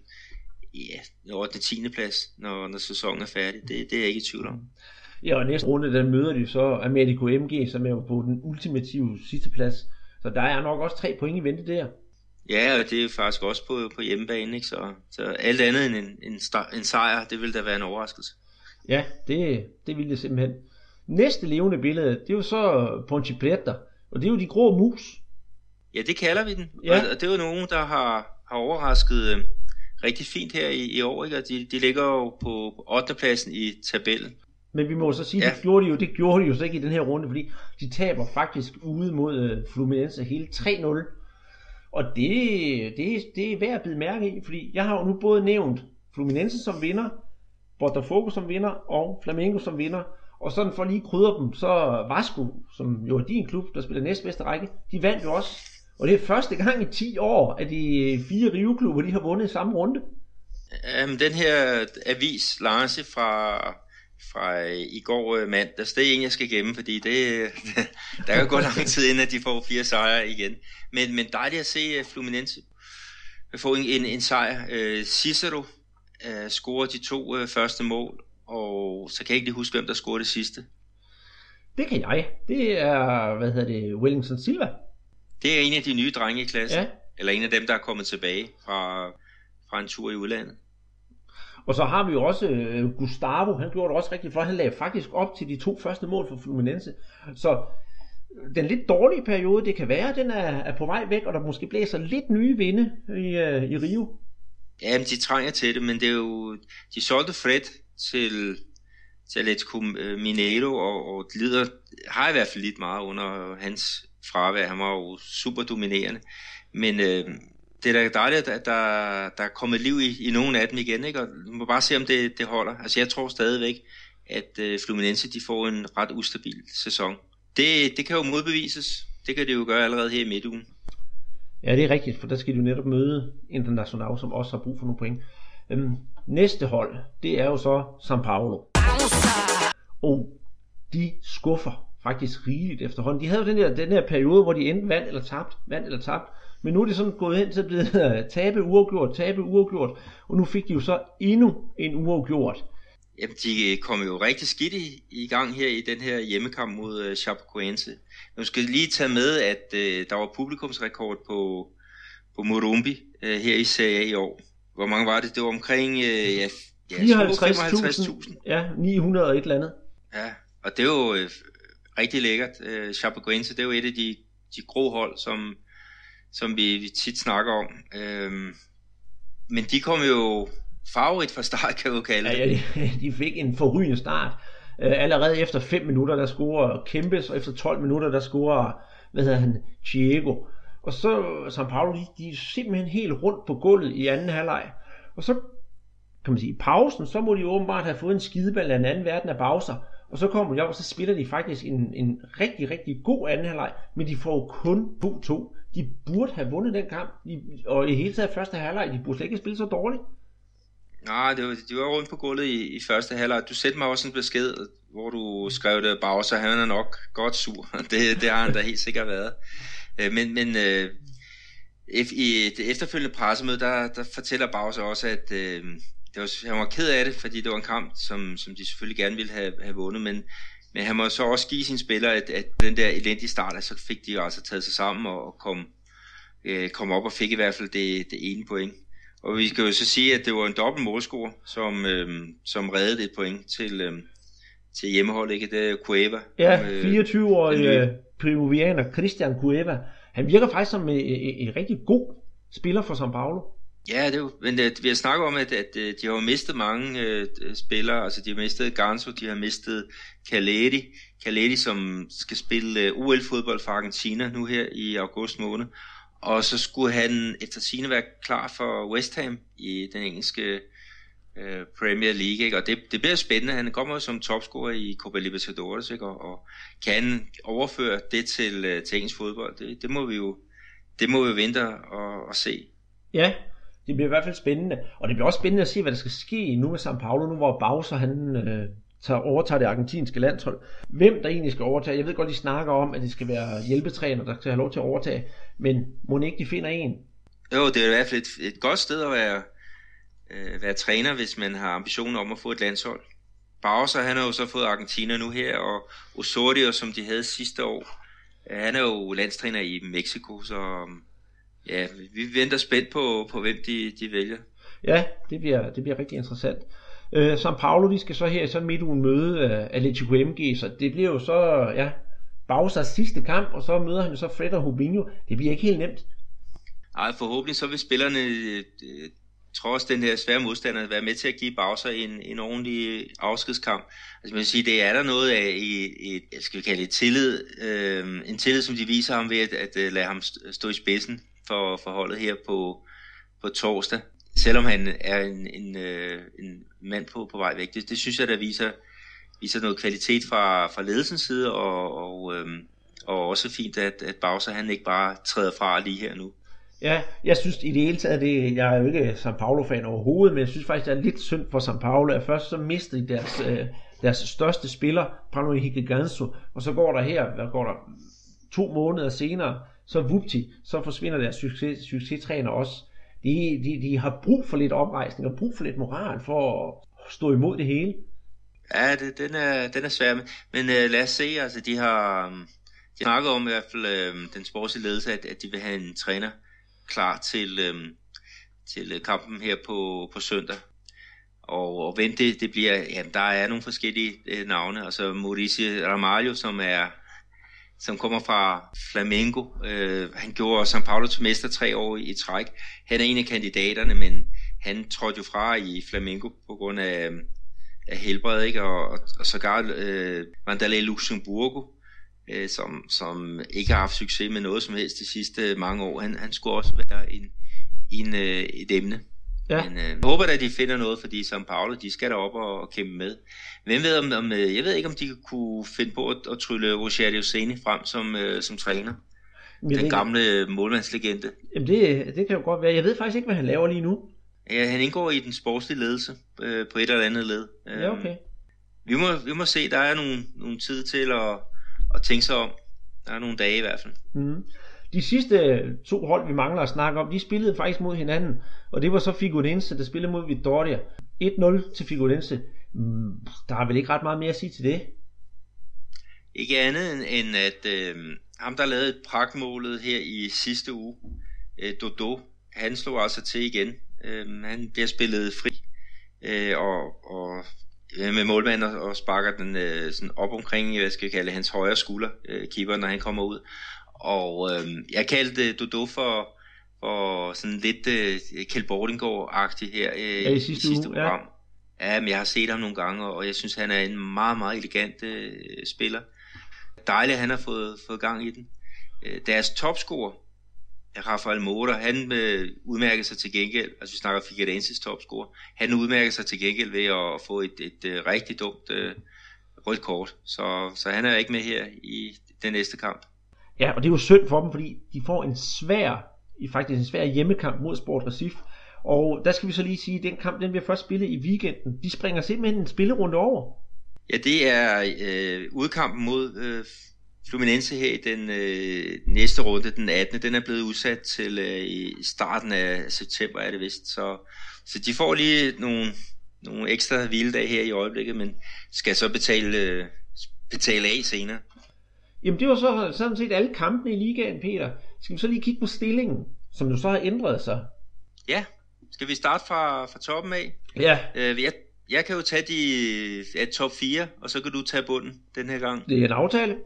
8. 10. plads, når sæsonen er færdig. Det er jeg ikke i tvivl om. Ja, og næste runde, der møder de så Atlético MG, som er jo på den ultimative sidste plads. Så der er nok også 3 point i vente der. Ja, og det er faktisk også på hjemmebane, ikke? Så alt andet end en sejr, det vil da være en overraskelse. Ja, det vil det simpelthen. Næste levende billede, det er jo så Ponte Preta, og det er jo de grå mus. Ja, det kalder vi den. Ja. Og det er jo nogen, der har overrasket rigtig fint her i år, ikke? Og de ligger jo på 8. pladsen i tabellen. Men vi må så sige, det gjorde de jo så ikke i den her runde, fordi de taber faktisk ude mod Fluminense hele 3-0. Og det er værd at bide mærke i, fordi jeg har jo nu både nævnt Fluminense som vinder, Botafogo som vinder og Flamengo som vinder. Og sådan for lige krydre dem, så Vasco, som jo er din klub, der spiller næstbedste række, de vandt jo også. Og det er første gang i 10 år, at de 4 Rio-klubber, de har vundet i samme runde. Den her avis, Lance fra i går mandags, det er en, jeg skal gemme, fordi der kan gå lang tid inden, at de får 4 sejre igen. Men dejligt at se Fluminense få en sejr. Cicero scorer de 2 første mål, og så kan jeg ikke lige huske, hvem der scorede det sidste. Det kan jeg. Det er, Wellington Silva. Det er en af de nye drenge i klassen. Ja. Eller en af dem, der er kommet tilbage fra en tur i udlandet. Og så har vi jo også Gustavo, han gjorde det også rigtig flot. Han lagde faktisk op til de 2 første mål for Fluminense. Så den lidt dårlige periode, det kan være, den er på vej væk, og der måske blæser lidt nye vinde i Rio. Jamen, de trænger til det, men det er jo, de solgte Fred til Atlético Mineiro, og har i hvert fald lidt meget under hans fravær. Han var jo super dominerende. Men det er da dejligt, at der er kommet liv i nogle af dem igen, ikke? Og vi må bare se, om det holder. Altså, jeg tror stadigvæk, at Fluminense de får en ret ustabil sæson. Det kan jo modbevises. Det kan det jo gøre allerede her i midtugen. Ja, det er rigtigt, for der skal de jo netop møde Internacional, som også har brug for nogle point. Næste hold, det er jo så São Paulo. Og de skuffer faktisk rigeligt efterhånden. De havde jo den her periode, hvor de enten vandt eller tabt. Men nu er det sådan gået hen til at blive tabe uafgjort. Og nu fik de jo så endnu en uafgjort. Jamen, de kom jo rigtig skidt i gang her i den her hjemmekamp mod Chapecoense. Nu skal lige tage med, at der var publikumsrekord på Morumbi her i Serie A i år. Hvor mange var det? Det var omkring 54.000. Ja, 900 og et eller andet. Ja, og det er jo rigtig lækkert. Chapecoense, det er jo et af de grå hold, som vi tit snakker om. Men de kom jo favorit fra start, kan vi kalde det. Ja, de fik en forrygende start. Allerede efter 5 minutter, der scorer Kempes, og efter 12 minutter, der scorer, Chiego. Og så São Paulo, de er simpelthen helt rundt på gulvet i anden halvleg. Og så, kan man sige, i pausen, så må de åbenbart have fået en skideball af en anden verden af Bowser. Og så kommer de op, og så spiller de faktisk en rigtig, rigtig god anden halvleg, men de får kun 2-2. De burde have vundet den kamp, og i hele taget første halvleg, de burde slet ikke spille så dårligt. Nej, de var rundt på gulvet i første halvleg. Du sendte mig også en besked, hvor du skrev det, Bowser, han er nok godt sur. Det har han da helt sikkert været. Men i det efterfølgende pressemøde, der fortæller Bowser også, at han var ked af det, fordi det var en kamp, som de selvfølgelig gerne ville have vundet, men han må så også give sine spillere, at den der elendige start, så fik de altså taget sig sammen og kom op og fik i hvert fald det ene point. Og vi skal jo så sige, at det var en dobbelt målscore, som reddede et point til hjemmeholdet, ikke? Det er Cueva. Ja, 24-årig peruvianer Christian Cueva. Han virker faktisk som en rigtig god spiller for São Paulo. Ja, men vi har snakket om, at de har mistet mange spillere. Altså de har mistet Ganso, de har mistet Caleri, som skal spille OL-fodbold for Argentina nu her i august måned. Og så skulle han efter sigende være klar for West Ham i den engelske Premier League, ikke? Og det bliver spændende. Han kommer som topscorer i Copa Libertadores, ikke? Og kan overføre det til engelsk fodbold. Det må vi jo vente og se. Ja, det bliver i hvert fald spændende. Og det bliver også spændende at se, hvad der skal ske nu med São Paulo, nu hvor Bowser han overtager det argentinske landshold. Hvem der egentlig skal overtage? Jeg ved godt, de snakker om, at det skal være hjælpetræner, der skal have lov til at overtage. Men må ikke de finder en? Jo, det er i hvert fald et godt sted at være træner, hvis man har ambitioner om at få et landshold. Bowser, han har jo så fået Argentina nu her, og Osorio, som de havde sidste år, han er jo landstræner i Mexico, så ja, vi venter spændt på hvem de vælger. Ja, det bliver rigtig interessant. São Paulo, de skal så her i sådan midtugen møde Atlético MG, så det bliver jo så, ja, Bowsers sidste kamp, og så møder han så Fred og Rubinho. Det bliver ikke helt nemt. Ej, forhåbentlig så vil spillerne, trods den her svære modstander, være med til at give Bowser en ordentlig afskedskamp. Altså man vil sige, det er der noget af skal vi kalde det tillid, en tillid, som de viser ham ved at lade ham stå i spidsen for holdet her på torsdag. Selvom han er en mand på vej væk. Det synes jeg, der viser noget kvalitet fra ledelsens side, og også fint, at Bowser han ikke bare træder fra lige her nu. Ja, jeg synes i det hele taget, jeg er jo ikke São Paulo-fan overhovedet, men jeg synes faktisk, det er lidt synd for São Paulo, at først så mistede de deres største spiller, Bruno Henrique Ganso, og så går der 2 måneder senere, så vupti, så forsvinder deres succestræner også. De har brug for lidt oprejsning og brug for lidt moral for at stå imod det hele. Ja, den er svær, men lad os se, altså de har snakket om i hvert fald den sportslige ledelse, at de vil have en træner klar til kampen her på søndag. Og hvem det bliver, jamen der er nogle forskellige navne, altså Mauricio Ramalho, som kommer fra Flamengo. Han gjorde São Paulo til mester 3 år i træk. Han er en af kandidaterne, men han trådte jo fra i Flamengo på grund af helbred, ikke? Og sågar Vanderlei Luxemburgo, som ikke har haft succes med noget som helst de sidste mange år. Han skulle også være et emne. Ja. Men jeg håber at de finder noget, fordi São Paulo, de skal derop og kæmpe med. Hvem ved om jeg ved ikke, om de kunne finde på at trylle Rogério Ceni frem som træner. Den gamle målmandslegende. Jamen det kan jo godt være. Jeg ved faktisk ikke, hvad han laver lige nu. Ja, han indgår i den sportslige ledelse på et eller andet led. Ja, okay. Vi må se, der er nogle tid til at tænke sig om. Der er nogle dage i hvert fald. Mm. De sidste 2 hold, vi mangler at snakke om, de spillede faktisk mod hinanden. Og det var så Figueirense, der spillede mod Vitória. 1-0 til Figueirense. Der er vel ikke ret meget mere at sige til det? Ikke andet end at ham, der lavede pragtmålet her i sidste uge, Dodô, han slog altså til igen. Han bliver spillet fri, og med målmanden og sparker den sådan op omkring, hvad skal jeg kalde, hans højre skulder, keeper, når han kommer ud. Og jeg kaldte Dodô for og sådan lidt Kjeld Bordinggaard-agtig her i sidste uge, program. Ja, men jeg har set ham nogle gange, og jeg synes, han er en meget, meget elegant spiller. Dejligt, at han har fået gang i den. Deres topscorer, Rafael Mora, han udmærker sig til gengæld, altså vi snakker Figueirenses topscorer, han udmærker sig til gengæld ved at få et rigtig dumt rødt kort, så han er ikke med her i den næste kamp. Ja, og det er jo synd for dem, fordi de får en svær hjemmekamp mod Sport Recife, og der skal vi så lige sige, at den kamp, den bliver først spillet i weekenden. De springer simpelthen en spillerunde over. Ja, det er udkampen mod Fluminense her i den næste runde, den 18. Den er blevet udsat til i starten af september, er det vist. Så de får lige nogle ekstra hviledage her i øjeblikket, men skal så betale af senere. Jamen det var så sådan set alle kampene i ligaen, Peter. Skal vi så lige kigge på stillingen, som jo så har ændret sig? Ja, skal vi starte fra toppen af? Ja. Jeg kan jo tage de top 4, og så kan du tage bunden den her gang. Det er en aftale.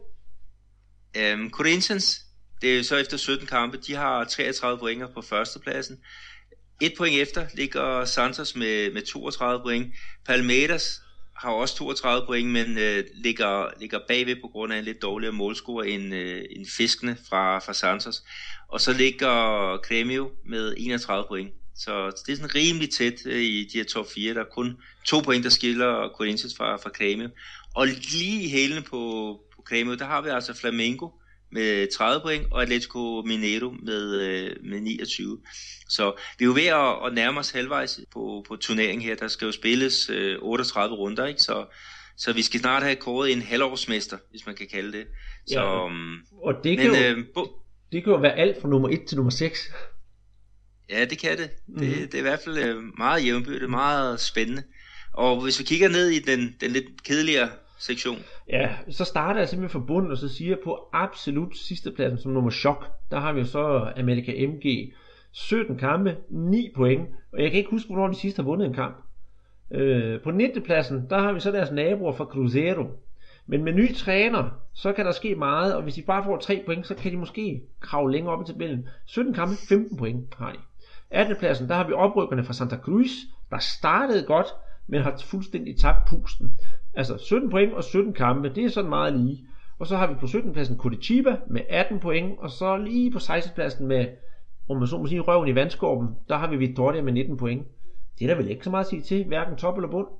Corinthians, det er jo så efter 17 kampe, de har 33 pointer på førstepladsen. 1 point efter ligger Santos med 32 point. Palmeiras har også 32 point, men ligger bagved på grund af en lidt dårligere målscore end Fiskene fra Santos. Og så ligger Grêmio med 31 point. Så det er sådan rimelig tæt i de her top 4. Der er kun 2 point, der skiller Corinthians fra Grêmio. Og lige i hælene på Grêmio, der har vi altså Flamengo med 30 point, og Atlético Mineiro med 29. Så vi er jo ved at nærme os halvvejs på turneringen her. Der skal jo spilles 38 runder, ikke? Så vi skal snart have kåret en halvårsmester, hvis man kan kalde det. Så, ja, og det kan jo være alt fra nummer 1 til nummer 6. Ja, det kan det. Det er i hvert fald meget jævnbyrdigt, meget spændende. Og hvis vi kigger ned i den lidt kedeligere sektion. Ja, så starter jeg simpelthen fra bunden, og så siger jeg på absolut sidste pladsen som nummer chok. Der har vi jo så America MG. 17 kampe, 9 point. Og jeg kan ikke huske, hvornår de sidste har vundet en kamp. På 19. pladsen, der har vi så deres naboer fra Cruzeiro. Men med ny træner, så kan der ske meget, og hvis de bare får 3 point, så kan de måske kravle længere op i tabellen. 17 kampe, 15 point har de. 18. pladsen, der har vi oprykkerne fra Santa Cruz, der startede godt, men har fuldstændig tabt pusten. Altså 17 point og 17 kampe, det er sådan meget lige. Og så har vi på 17. pladsen Curitiba med 18 point, og så lige på 16. pladsen med, om man så må sige, røven i vandskorben, der har vi Vitória med 19 point. Det er der vel ikke så meget at sige til, hverken top eller bund.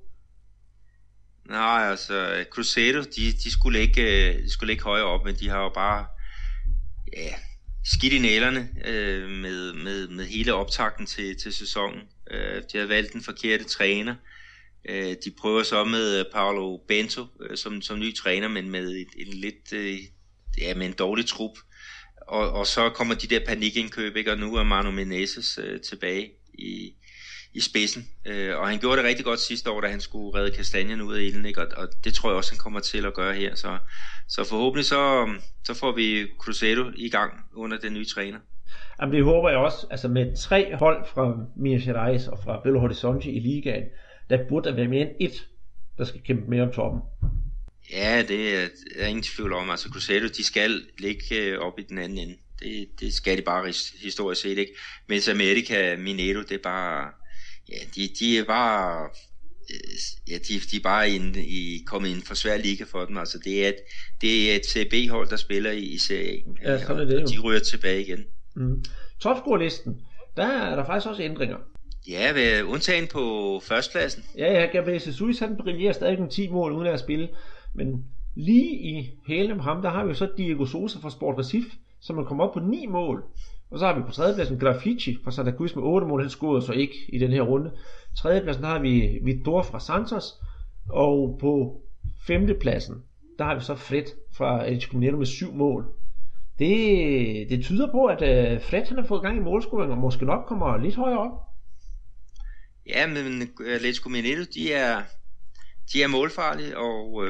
Nej, altså Cruzeiro, de skulle ikke højere op, men de har jo bare skidt i nælerne med hele optakten til sæsonen. De har valgt den forkerte træner. De prøver så med Paulo Bento som ny træner, men med med en dårlig trup. Og så kommer de der panikindkøb, ikke? Og nu er Manu Menezes tilbage i spidsen. Og han gjorde det rigtig godt sidste år, da han skulle redde kastanjen ud af ilden, ikke? Og det tror jeg også, han kommer til at gøre her. Så forhåbentlig så får vi Cruzeiro i gang under den nye træner. Jamen det håber jeg også. Altså med 3 hold fra Minas Gerais og fra Belo Horizonte i ligaen, der burde der være mere end 1, der skal kæmpe mere om toppen. Ja, det er ingen tvivl om. Altså Cruzeiro, de skal ligge op i den anden ende. Det skal de bare historisk set, ikke? Mens America Mineiro, det er bare... Ja, de er bare... Ja, de er bare kommet i en for svær liga for dem. Altså det er et CB-hold, der spiller i Serie A. Ja, sådan er det jo. De ryger tilbage igen. Topscore-listen, der er der faktisk også ændringer. Ja, undtagen på førstepladsen. Ja, Gabriel Jesus, han brillerer stadig med 10 mål uden at spille. Men lige i hælene på ham, der har vi jo så Diego Sousa fra Sport Recife, som er kommet op på 9 mål. Og så har vi på tredjepladsen Graffiti fra Santa Cruz med 8 mål. Han scorede så ikke i den her runde. Tredjepladsen der har vi Vitor fra Santos. Og på femtepladsen, der har vi så Fred fra Atlético Mineiro med 7 mål. Det tyder på, at Fred han har fået gang i målscoring, og måske nok kommer lidt højere op. Ja, men Atlético Mineiro, de er målfarlige, og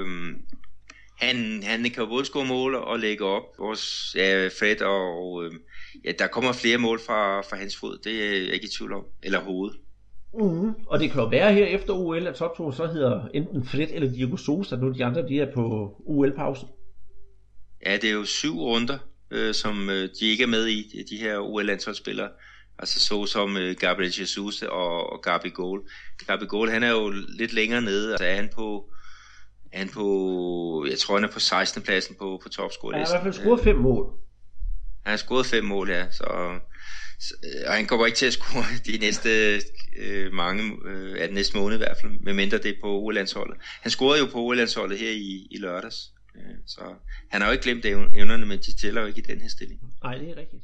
han kan jo både score mål og lægge op. Fred, og der kommer flere mål fra hans fod, det er jeg ikke i tvivl om, eller hoved. Og det kan jo være her efter OL, at top 2 så hedder enten Fred eller Diego Sousa, nu de andre de er på OL-pausen. Ja, det er jo 7 runder, som de ikke er med i, de her OL-landsholdsspillere. Altså så som Gabriel Jesus og Gabigol. Gabigol, han er jo lidt længere nede, altså er han på, jeg tror han er på 16. pladsen på topscorelisten. Han har i hvert fald scoret 5 mål. Han har scoret 5 mål, ja, og han kommer ikke til at score de næste den næste måned i hvert fald, medmindre det er på OL-landsholdet. Han scorede jo på OL-landsholdet her i lørdags, så han har jo ikke glemt evnerne, men de tæller jo ikke i den her stilling. Nej, det er rigtigt.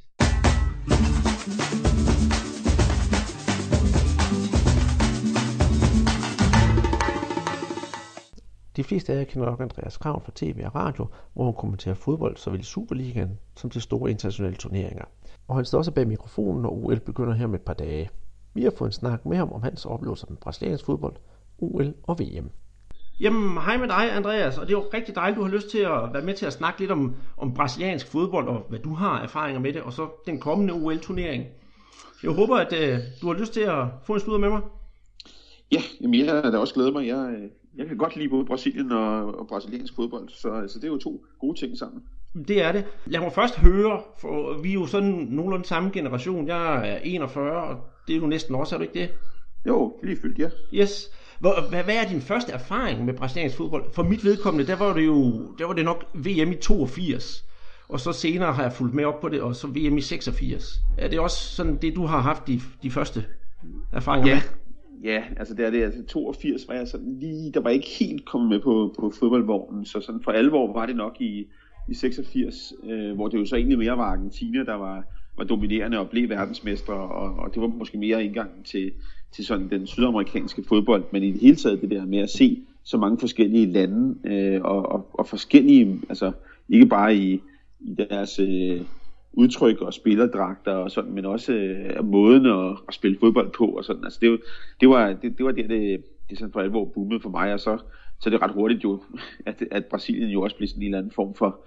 De fleste af jer kender nok Andreas Kraven fra tv og radio, hvor hun kommenterer fodbold såvel i Superligaen som til store internationale turneringer. Og han står også bag mikrofonen, når OL begynder her med et par dage. Vi har fået en snak med ham om hans oplevelser med brasiliansk fodbold, OL og VM. Jamen, hej med dig, Andreas, og det er jo rigtig dejligt, du har lyst til at være med til at snakke lidt om brasiliansk fodbold, og hvad du har erfaringer med det, og så den kommende OL-turnering. Jeg håber, at du har lyst til at få en sludder med mig. Ja, jamen jeg har da også glædet mig. Jeg kan godt lide både Brasilien og brasiliansk fodbold, så det er jo 2 gode ting sammen. Det er det. Lad mig først høre, for vi er jo sådan nogenlunde samme generation. Jeg er 41, og det er du næsten også, er du ikke det? Jo, lige fyldt, ja. Yes. Hvad er din første erfaring med brasiliansk fodbold? For mit vedkommende, der var det nok VM i 82, og så senere har jeg fulgt med op på det, og så VM i 86. Er det også sådan det, du har haft de første erfaringer med? Ja, altså det er det. Altså 82 var jeg sådan lige, der var ikke helt kommet med på fodboldvognen, så sådan for alvor var det nok i 86, hvor det jo så egentlig mere var Argentina, der var dominerende og blev verdensmestre, og det var måske mere indgangen til sådan den sydamerikanske fodbold, men i det hele taget det der med at se så mange forskellige lande, og forskellige, altså ikke bare i deres udtryk og spillerdragter og sådan, men også måden at spille fodbold på og sådan. Altså det var der det sådan for alvor boomede for mig, og så er det ret hurtigt jo, at Brasilien jo også blev sådan en eller anden form for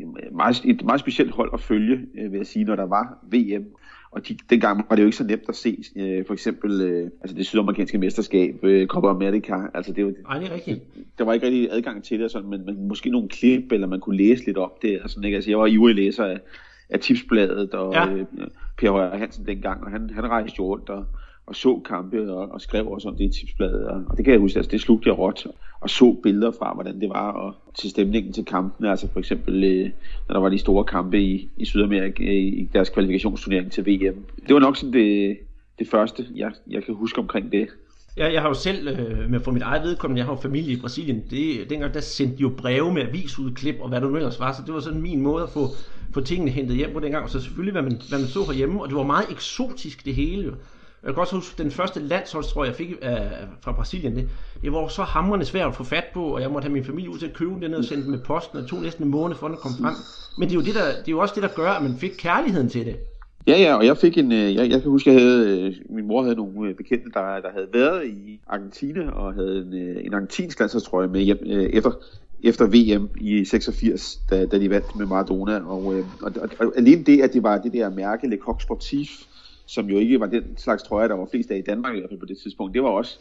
et meget specielt hold at følge, vil jeg sige, når der var VM. Og dengang var det jo ikke så nemt at se, for eksempel altså det sydamerikanske mesterskab, Copa America, altså det er rigtigt. Der var ikke rigtig adgang til det, sådan, men måske nogle klip, eller man kunne læse lidt op det, og sådan, ikke? Altså jeg var ivrig læser af Tipsbladet og Per Højer Hansen dengang, og han rejste jo rundt og så kampe og skrev også om det i Tipsbladet, og det kan jeg huske, altså det slugte jeg råt, og så billeder fra, hvordan det var, og til stemningen til kampene, altså for eksempel, når der var de store kampe i Sydamerika, i deres kvalifikationsturnering til VM. Det var nok sådan det første, jeg kan huske omkring det. Ja, jeg har jo selv, med for mit eget vedkommende, jeg har jo familie i Brasilien, dengang der sendte de jo breve med avisudklip, og hvad det nu ellers var, så det var sådan min måde at få tingene hentet hjem på dengang, og så selvfølgelig, hvad man så herhjemme, og det var meget eksotisk det hele jo. Jeg kan også huske, den første landsholdstrøje, jeg fik fra Brasilien, det var så hamrende svært at få fat på, og jeg måtte have min familie ud til at købe den ned og sende den med posten, og det tog næsten en måned for den at komme frem. Men det er jo også det, der gør, at man fik kærligheden til det. Ja, og jeg fik jeg kan huske, min mor havde nogle bekendte, der havde været i Argentina, og havde en argentinsk landsholdstrøje med hjem efter VM i 86, da de vandt med Maradona, og alene det, at det var det der mærke Le Coq Sportif, som jo ikke var den slags trøjer, der var flest af i Danmark i hvert fald på det tidspunkt. Det var også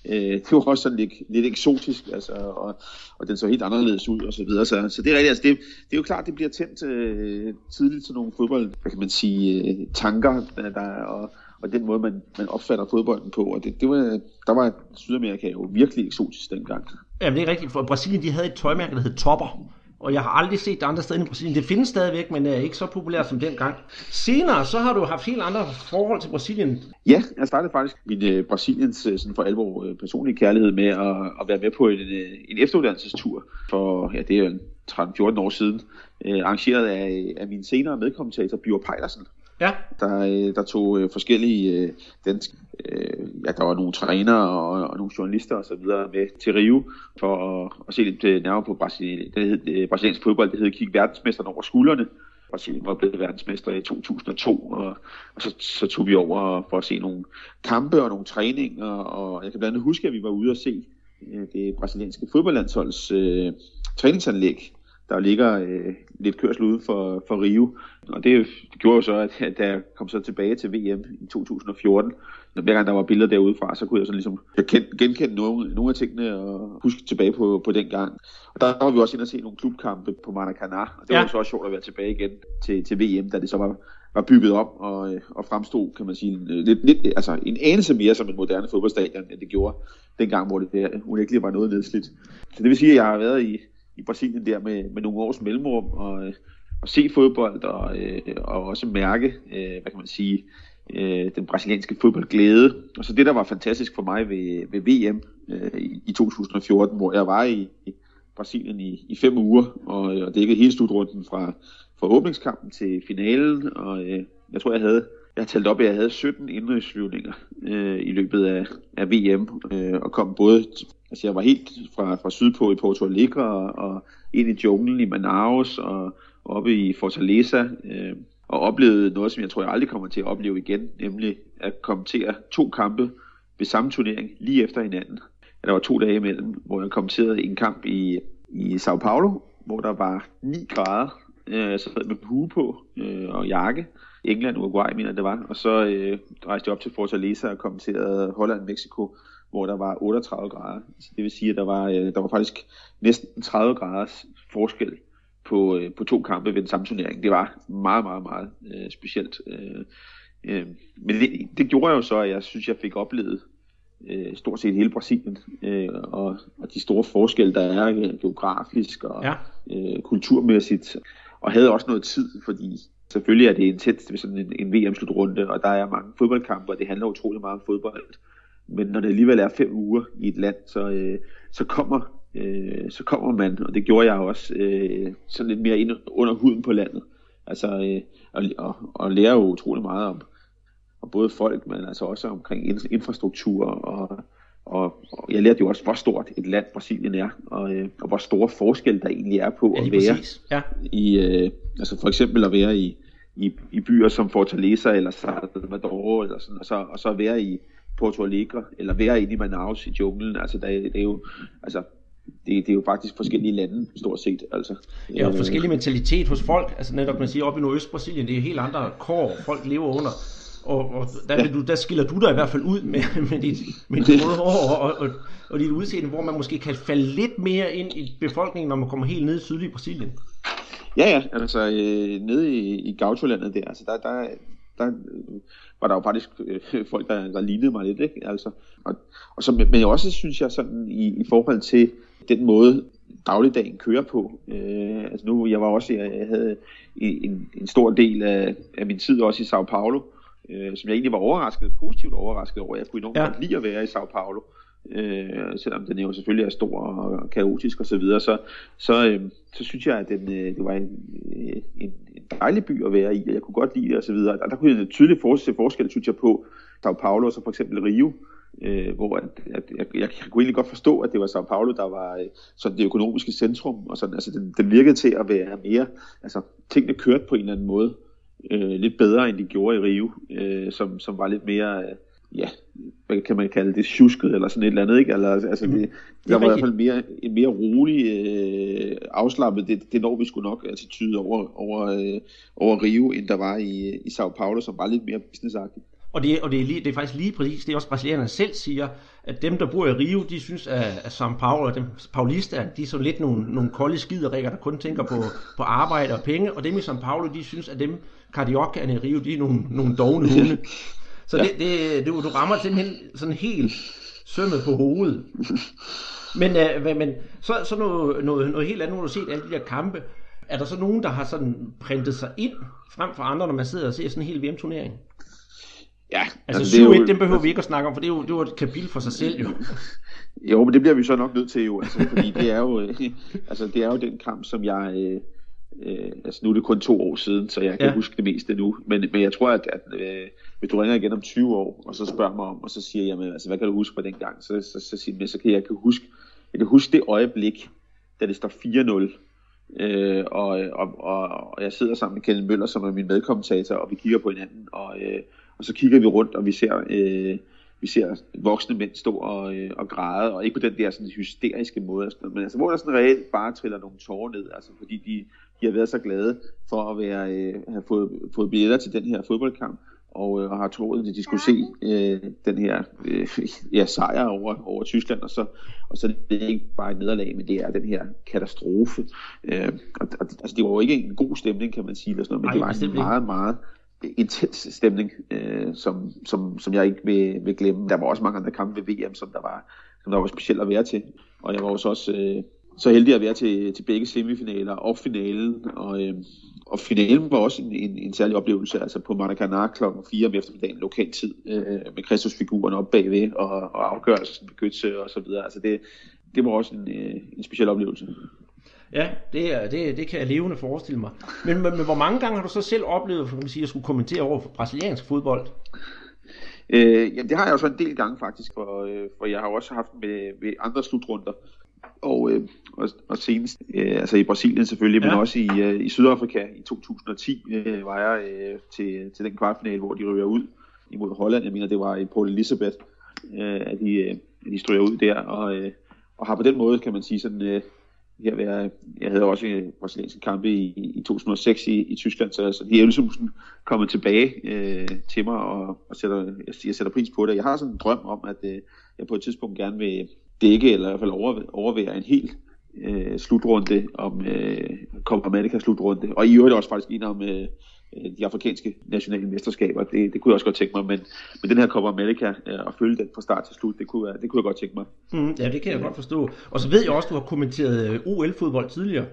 sådan lidt eksotisk, altså, og den så helt anderledes ud og så videre. Så det er rigtigt, altså det er jo klart, det bliver tændt tidligt til nogle fodbold, hvad kan man sige, tanker, og den måde, man opfatter fodbolden på. Og der var Sydamerika jo virkelig eksotisk dengang. Jamen det er rigtigt, for Brasilien de havde et tøjmærke, der hed Topper. Og jeg har aldrig set det andre steder i Brasilien. Det findes stadigvæk, men er ikke så populært som dengang. Senere, så har du haft helt andre forhold til Brasilien. Ja, jeg startede faktisk min Brasiliens sådan for alvor personlige kærlighed med at være med på en efteruddannelsestur for, det er 13-14 år siden, arrangeret af min senere medkommentator, Bjørn Pejlersen. Ja. Der tog forskellige danske, der var nogle trænere og nogle journalister og så videre med til Rio for at se lidt nærmere på brasiliansk fodbold. Det hed kigge verdensmesterne over skuldrene. Brasilien var blevet verdensmester i 2002, og så tog vi over for at se nogle kampe og nogle træninger, og jeg kan blandt andet huske, at vi var ude at se det brasilianske fodboldlandsholds træningsanlæg. Der ligger lidt kørsel ude for Rio, og det gjorde jo så, at da jeg kom så tilbage til VM i 2014, hver gang der var billeder derudefra, så kunne jeg sådan ligesom genkende nogle af tingene og huske tilbage på den gang. Og der var vi også inde og se nogle klubkampe på Maracanã, og det var så også sjovt at være tilbage igen til VM, da det så var bygget op og fremstod, kan man sige, altså en anelse mere som en moderne fodboldstadion, end det gjorde dengang, hvor det der unægteligt var noget nedslidt. Så det vil sige, at jeg har været i Brasilien der med nogle års mellemrum og se fodbold og også mærke, hvad kan man sige, den brasilianske fodboldglæde. Og så det, der var fantastisk for mig ved VM i 2014, hvor jeg var i Brasilien i 5 uger og dækkede hele slutrunden fra åbningskampen til finalen, og jeg tror, jeg har talt op, at jeg havde 17 indrigsflyvninger i løbet af VM, og kom både, altså jeg var helt fra sydpå i Porto Alegre og ind i junglen i Manaus og oppe i Fortaleza, og oplevede noget, som jeg tror, jeg aldrig kommer til at opleve igen, nemlig at kommentere 2 kampe ved samme turnering lige efter hinanden. Der var 2 dage imellem, hvor jeg kommenterede en kamp i São Paulo, hvor der var 9 grader, så sad med hue på og jakke. England, Uruguay, mener det var. Og så rejste jeg op til Fortaleza og kommenterede Holland, Mexico, hvor der var 38 grader. Så det vil sige, at der var faktisk næsten 30 graders forskel på 2 kampe ved den samme turnering. Det var meget, meget, meget specielt. Men det gjorde jo så, at jeg synes, jeg fik oplevet stort set hele Brasilien, og de store forskelle, der er geografisk og kulturmæssigt, og havde også noget tid, fordi selvfølgelig er det intenst ved sådan en VM-slutrunde, og der er mange fodboldkampe, og det handler utrolig meget om fodbold. Men når det alligevel er 5 uger i et land, så kommer man, og det gjorde jeg også, sådan lidt mere ind under huden på landet. Altså, og lærer jo utrolig meget om både folk, men altså også omkring infrastruktur, og jeg lærte jo også, hvor stort et land Brasilien er, og hvor store forskelle der egentlig er på at være i, altså for eksempel at være i byer som Fortaleza eller Salvador eller sådan, og så at være i Porto Alegre eller være inde i Manaus i junglen. Altså det er jo, altså det er jo faktisk forskellige lande stort set, altså. Ja, og forskellig mentalitet hos folk. Altså netop man siger, oppe i Nordøst-Brasilien, det er helt andre kår folk lever under. Og der skiller du dig i hvert fald ud med dit røde hår og dit udseende, hvor man måske kan falde lidt mere ind i befolkningen, når man kommer helt ned i sydlige Brasilien. Ja, altså nede i Gaucho-landet der, altså der var der jo faktisk folk, der lignede mig lidt, ikke? Altså, og så, men også synes jeg sådan i forhold til den måde dagligdagen kører på. Altså nu, jeg havde en stor del af min tid også i São Paulo, som jeg egentlig var positivt overrasket over. Jeg kunne enormt godt lide at være i São Paulo, selvom den jo selvfølgelig er stor og kaotisk og så videre, så synes jeg, at det var en dejlig by at være i, og jeg kunne godt lide det og så videre. Der kunne jeg tydeligt se forskel, synes jeg, på São Paulo og så for eksempel Rio, hvor jeg kunne egentlig godt forstå, at det var São Paulo, der var sådan det økonomiske centrum, og sådan, altså den virkede til at være mere, altså tingene kørte på en eller anden måde lidt bedre, end de gjorde i Rio, som var lidt mere, hvad kan man kalde det, tjusket eller sådan et eller andet, ikke? Altså der var i hvert fald en mere rolig, afslappet, det når vi skulle nok attitude over Rio, end der var i São Paulo, som var lidt mere businessagtigt. Og det er faktisk lige præcis, det er også brasilianerne selv siger, at dem, der bor i Rio, de synes, at São Paulo og dem paulister, de er så lidt nogle kolde skiderikker, der kun tænker på arbejde og penge, og dem i São Paulo, de synes, at dem cariocaerne i Rio, de er nogle dovne hunde. Så du rammer simpelthen sådan helt sømmet på hovedet. Men så noget helt andet, når du har set alle de der kampe. Er der så nogen, der har sådan printet sig ind frem for andre, når man sidder og ser sådan en hel VM-turnering? Ja, altså 7-1, den behøver vi ikke at snakke om, for det er jo et kapitel for sig selv jo. Jo, men det bliver vi så nok nødt til jo, altså, fordi det er jo den kamp, som jeg, altså nu er det kun 2 år siden, så jeg kan huske det meste nu, men jeg tror, at hvis du ringer igen om 20 år, og så spørger mig om, og så siger jeg, altså, hvad kan du huske fra den gang, så kan jeg huske det øjeblik, da det står 4-0, og jeg sidder sammen med Kjeld Møller, som er min medkommentator, og vi kigger på hinanden, og så kigger vi rundt, og vi ser voksne mænd stå og græde, og ikke på den der sådan hysteriske måde, men altså hvor der sådan reelt bare triller nogle tårer ned, altså fordi de har været så glade for at have fået billetter til den her fodboldkamp, og har troet, at de skulle se den her sejr over Tyskland, og så er det ikke bare et nederlag, men det er den her katastrofe. Altså det var jo ikke en god stemning, kan man sige, eller sådan noget, men det var en meget, meget intens stemning, som jeg ikke vil glemme. Der var også mange andre kampe ved VM, som der var specielt at være til. Og jeg var også så heldig at være til begge semifinaler og finalen. Og finalen var også en særlig oplevelse, altså på Maracanã klokken 4 om eftermiddagen lokal tid, med Kristusfiguren op bagved og afgørelsen med Götze og så videre. Altså det var også en speciel oplevelse. Ja, det kan jeg levende forestille mig. Men hvor mange gange har du så selv oplevet, for at skulle kommentere over for brasiliansk fodbold? Jamen, det har jeg jo så en del gange faktisk, for jeg har også haft med andre slutrunder. Og senest, altså i Brasilien selvfølgelig, men også i Sydafrika i 2010 var jeg til den kvartfinale, hvor de ryger ud imod Holland. Jeg mener, det var i Port Elizabeth, at de stryger ud der, og har på den måde, kan man sige, sådan jeg havde også brasilianske kampe i 2006 i Tyskland, så de er jo sådan kommet tilbage til mig, og jeg sætter pris på det. Jeg har sådan en drøm om, at jeg på et tidspunkt gerne vil dække, eller i hvert fald overvære en helt slutrunde om Copa America slutrunde, og i øvrigt også faktisk en om de afrikanske nationale mesterskaber. Det kunne jeg også godt tænke mig, men den her Copa America, at følge den fra start til slut, det kunne jeg godt tænke mig. Ja, det kan jeg godt forstå. Og så ved jeg også, du har kommenteret OL-fodbold tidligere.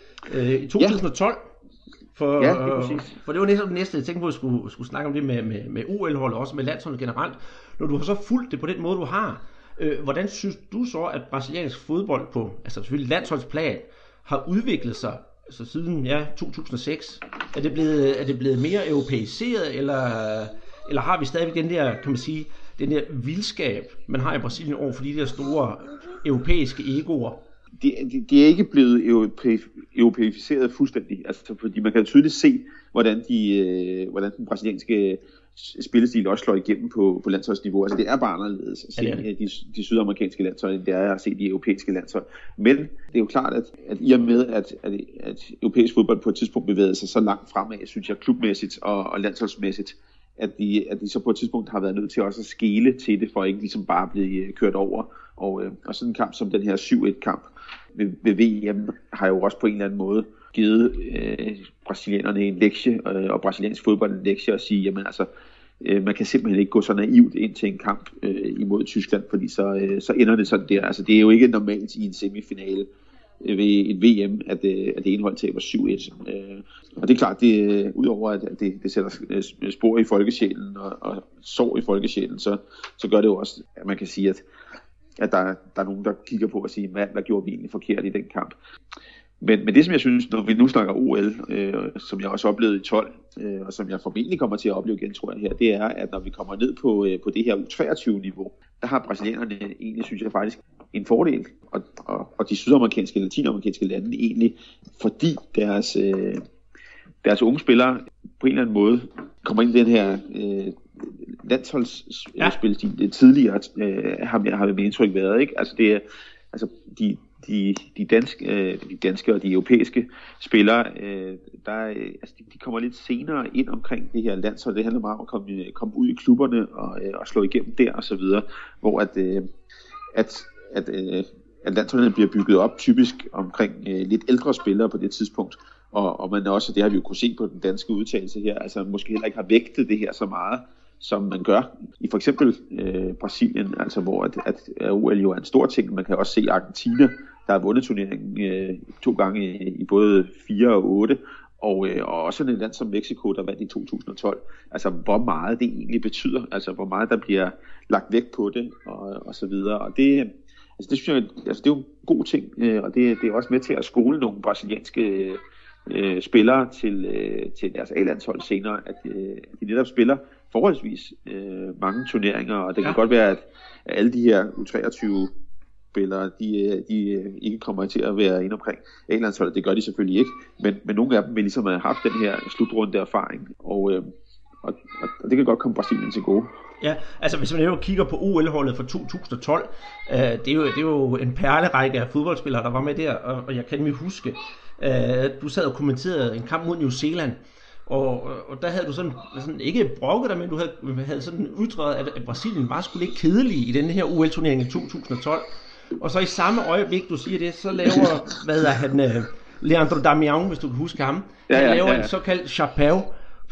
I 2012. For det var næsten det næste, jeg tænkte på, at jeg skulle snakke om det med OL-hold, og også med landsholdet generelt. Når du har så fulgt det på den måde, du har, hvordan synes du så, at brasiliansk fodbold på, altså selvfølgelig landsholdsplan, har udviklet sig altså siden 2006? Er det blevet mere europæiseret, eller har vi stadigvæk den der, kan man sige, den der vildskab, man har i Brasilien over for de der store europæiske egoer? Det er ikke blevet europæificeret fuldstændig, altså fordi man kan tydeligt se, hvordan den brasilianske spillestil også slår igennem på landsholdsniveau. Altså det er bare anderledes at se de sydamerikanske landshold, end det er at se de europæiske landshold. Men det er jo klart, at i og med, at europæisk fodbold på et tidspunkt bevægede sig så langt fremad, synes jeg, klubmæssigt og landsholdsmæssigt, at de så på et tidspunkt har været nødt til også at skele til det, for ikke ligesom bare at blive kørt over. Og sådan en kamp som den her 7-1-kamp ved VM har jo også på en eller anden måde givet brasilianerne en lektie, og brasiliansk fodbold en lektie, at sige, jamen altså, man kan simpelthen ikke gå så naivt ind til en kamp imod Tyskland, fordi så ender det sådan der. Altså det er jo ikke normalt i en semifinale ved et VM, at det ene hold taber 7-1. Og det er klart, udover at det sætter spor i folkesjælen og sår i folkesjælen, så gør det jo også, at man kan sige, at der er nogen, der kigger på og siger, hvad gjorde vi egentlig forkert i den kamp. Men det, som jeg synes, når vi nu snakker OL, som jeg også oplevede i 12, og som jeg formentlig kommer til at opleve igen, tror jeg her, det er, at når vi kommer ned på det her U23-niveau, der har brasilianerne egentlig, synes jeg faktisk, en fordel, og de sydamerikanske og latinamerikanske lande egentlig, fordi deres unge spillere på en eller anden måde kommer ind i den her landsholdsspilstil. Det tidligere har det med indtryk været, ikke? Altså det er de danske og de europæiske spillere, de kommer lidt senere ind omkring det her landshold. Det handler meget om at komme ud i klubberne og slå igennem der og så videre, hvor at landsholdene bliver bygget op typisk omkring lidt ældre spillere på det tidspunkt, og man også, det har vi jo kunne se på den danske udtalelse her, altså måske heller ikke har vægtet det her så meget, som man gør i for eksempel Brasilien, altså hvor at OL jo er en stor ting. Man kan også se Argentina, der har vundet turneringen 2 gange i både 4 og 8, og også et land som Mexico, der vandt i 2012. Altså hvor meget det egentlig betyder, altså hvor meget der bliver lagt vægt på det, og så videre. Og det synes jeg, altså det er jo en god ting, og det er også med til at skole nogle brasilianske spillere til deres A-landshold senere, at de netop spiller forholdsvis mange turneringer, og det kan godt være, at alle de her U23-spillere, de ikke kommer til at være inde omkring A-landsholdet. Det gør de selvfølgelig ikke, men nogle af dem vil ligesom have haft den her slutrunde erfaring, og det kan godt komme Brasilien til gode. Ja, altså hvis man jo kigger på OL-holdet for 2012, det er jo en perlerække af fodboldspillere, der var med der, og jeg kan nemlig huske, du sad og kommenterede en kamp mod New Zealand, og der havde du sådan ikke brokket dig, men du havde sådan ytret, at Brasilien var sgu lidt kedelig i den her OL-turnering i 2012. Og så i samme øjeblik, du siger det, så laver, Leandro Damião, hvis du kan huske ham, han laver en såkaldt chapéu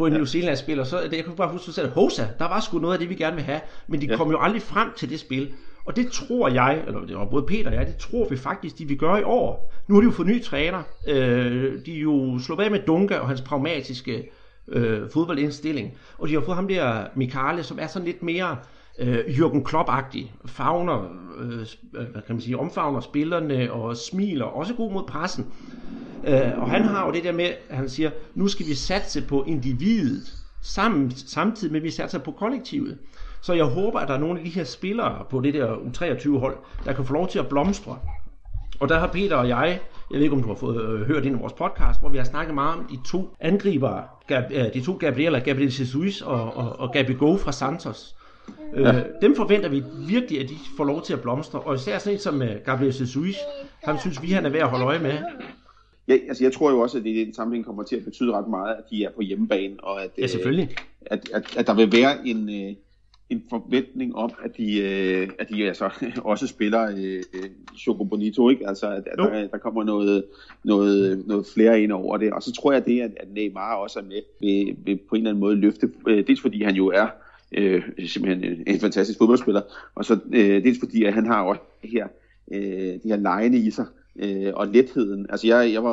på en New Zealand-spiller, så jeg kunne bare huske, at du sagde, Hosa, der var sgu noget af det, vi gerne vil have, men de kom jo aldrig frem til det spil. Og det tror jeg, eller det var både Peter og jeg, det tror vi faktisk, de vil gøre i år. Nu har de jo fået ny træner. De er jo slået af med Dunga og hans pragmatiske fodboldindstilling. Og de har fået ham der, Michale, som er sådan lidt mere Jürgen Klopp-agtig. Favner, hvad kan man sige, omfavner spillerne og smiler, også god mod pressen. Og han har jo det der med, at han siger, nu skal vi satse på individet, samtidig med at vi satser på kollektivet. Så jeg håber, at der er nogle af de her spillere på det der U23-hold, der kan få lov til at blomstre. Og der har Peter og jeg ved ikke, om du har fået hørt ind i vores podcast, hvor vi har snakket meget om de to angribere, de to Gabriel Jesus og Gabigol fra Santos. Dem forventer vi virkelig, at de får lov til at blomstre. Og især sådan en som Gabriel Jesus, han synes vi, han er værd at holde øje med. Ja, altså jeg tror jo også, at det i den sammenhæng kommer til at betyde ret meget, at de er på hjemmebane, og at, ja, selvfølgelig. At der vil være en forventning om, at de altså også spiller Choco Bonito, ikke? Altså at der kommer noget flere ind over det, og så tror jeg det, at Neymar også er med vil på en eller anden måde løfte, dels fordi han jo er simpelthen en fantastisk fodboldspiller, og så dels fordi at han har også de her legene i sig, og letheden. Altså jeg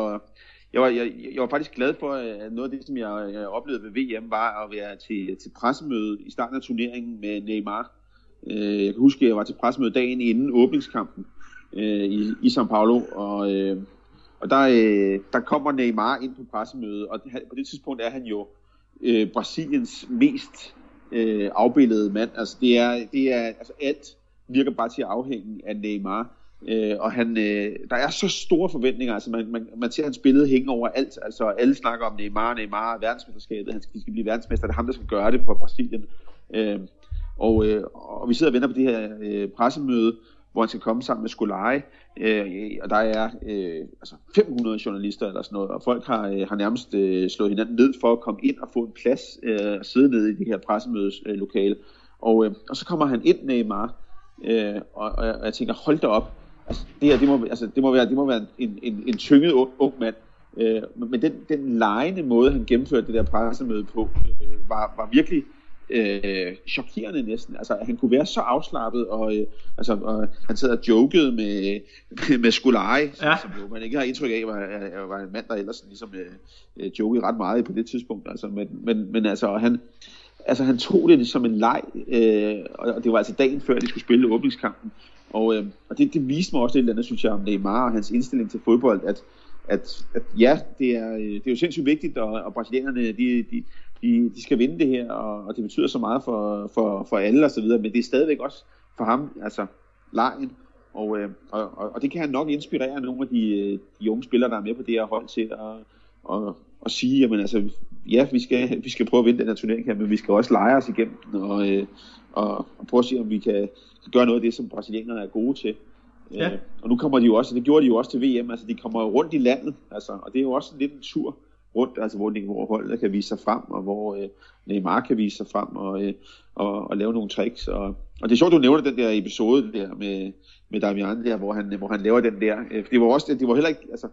var faktisk glad for, at noget af det, som jeg oplevede ved VM, var at være til pressemøde i starten af turneringen med Neymar. Jeg kan huske, at jeg var til pressemøde dagen inden åbningskampen i São Paulo, og der kommer Neymar ind på pressemødet, og på det tidspunkt er han jo Brasiliens mest afbildede mand. Altså det er altså alt virker bare til at afhænge af Neymar. Og der er så store forventninger, altså man ser hans billede hænge over alt, altså alle snakker om Neymar, verdensmesterskabet, de skal blive verdensmester, det er ham, der skal gøre det for Brasilien. Og vi sidder og venter på det her pressemøde, hvor han skal komme sammen med Scolari, og der er 500 journalister eller sådan noget, og folk har nærmest slået hinanden ned for at komme ind og få en plads og sidde nede i det her pressemødeslokale. Og så kommer han ind, Neymar, og jeg tænker, hold da op. Altså, det må være en tynget ung mand. Men den legende måde, han gennemførte det der pressemøde på, var virkelig chokerende næsten. Altså, han kunne være så afslappet, og han sad og jokede med Scolari, som jo man ikke har indtryk af, var en mand, der ellers ligesom jokede ret meget på det tidspunkt. Altså, men han tog det som en leg, og det var altså dagen før, de skulle spille åbningskampen. Og det viste mig også et eller andet, synes jeg, om Neymar og hans indstilling til fodbold, at ja, det er jo sindssygt vigtigt, og brasilianerne, de skal vinde det her, og det betyder så meget for alle og så videre, men det er stadigvæk også for ham, altså legen, og det kan han nok inspirere nogle af de unge spillere, der er med på det her hold til at sige, jamen altså, ja, vi skal prøve at vinde den her turnering her, men vi skal også lege os igennem den, og prøve at se, om vi kan gøre noget af det, som brasilianerne er gode til. Ja. Og nu kommer de jo også, det gjorde de jo også til VM, altså de kommer rundt i landet, altså, og det er jo også lidt en tur rundt, altså hvor holdet kan vise sig frem, og hvor Neymar kan vise sig frem, og lave nogle tricks, og det er sjovt, du nævner den der episode der med Damian der, hvor han laver den der, det var heller ikke, altså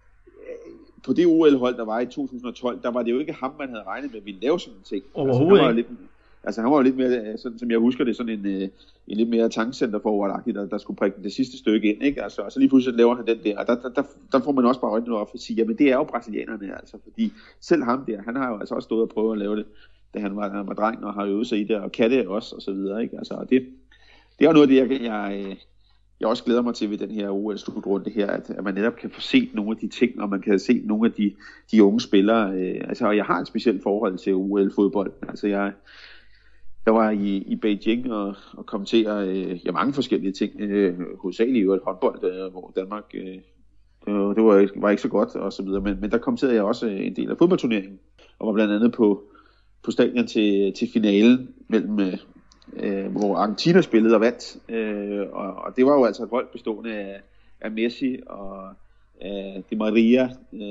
på det OL-hold, der var i 2012, der var det jo ikke ham, man havde regnet med, at ville lave sådan en ting. Overhovedet ikke. Han var jo lidt mere, sådan, som jeg husker det, sådan en lidt mere tankcenterforward-agtig, der skulle prikke det sidste stykke ind, ikke? Altså, og så lige pludselig laver han den der, og der får man også bare øjnene op og sige, jamen det er jo brasilianerne, altså, fordi selv ham der, han har jo altså også stået og prøvet at lave det, da han var dreng, og har øvet sig i det, og kan det også, og så videre, ikke? Altså, og det er jo noget af det, jeg også glæder mig til ved den her OL-slutrunde her, at man netop kan få set nogle af de ting, og man kan se nogle af de unge spillere, altså, jeg har et specielt forhold til OL-fodbold, altså jeg var i Beijing og kommentere mange forskellige ting, hovedsageligt jo et håndbold, hvor Danmark, det var ikke så godt og så videre, men der kommenterede jeg også en del af fodboldturneringen, og var blandt andet på stadion til finalen mellem hvor Argentina spillede og vandt, og det var jo altså et hold bestående af Messi og Di Maria,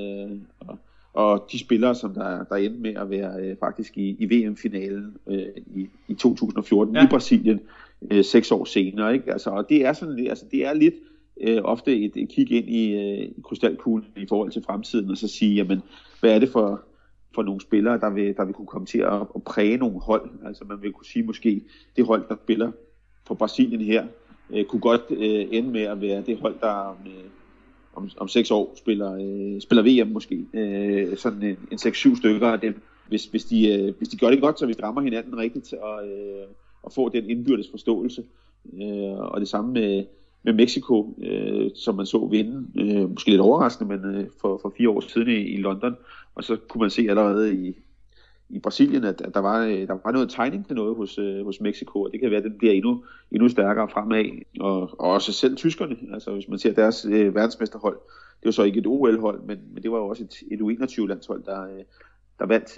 og de spillere, som der endte med at være faktisk i VM-finalen i 2014 i Brasilien 6 år senere, ikke? Altså, og det er sådan, altså det er lidt ofte et kig ind i krystalkuglen i forhold til fremtiden, og så sige, jamen, hvad er det for for nogle spillere, der vil kunne komme til at præge nogle hold. Altså man vil kunne sige måske, det hold, der spiller for Brasilien her, kunne godt ende med at være det hold, der om 6 år spiller VM måske. Sådan en 6-7 stykker af dem. Hvis de gør det godt, så vi rammer hinanden rigtigt og får den indbyrdes forståelse. Og det samme med Mexico, som man så vinde, måske lidt overraskende, men for 4 år siden i London. Og så kunne man se allerede i Brasilien, at der var noget tegning til noget hos Mexico, og det kan være, at den bliver endnu stærkere fremad. Og også selv tyskerne, altså hvis man ser deres verdensmesterhold, det var så ikke et OL-hold, men det var jo også et U21-landshold, der vandt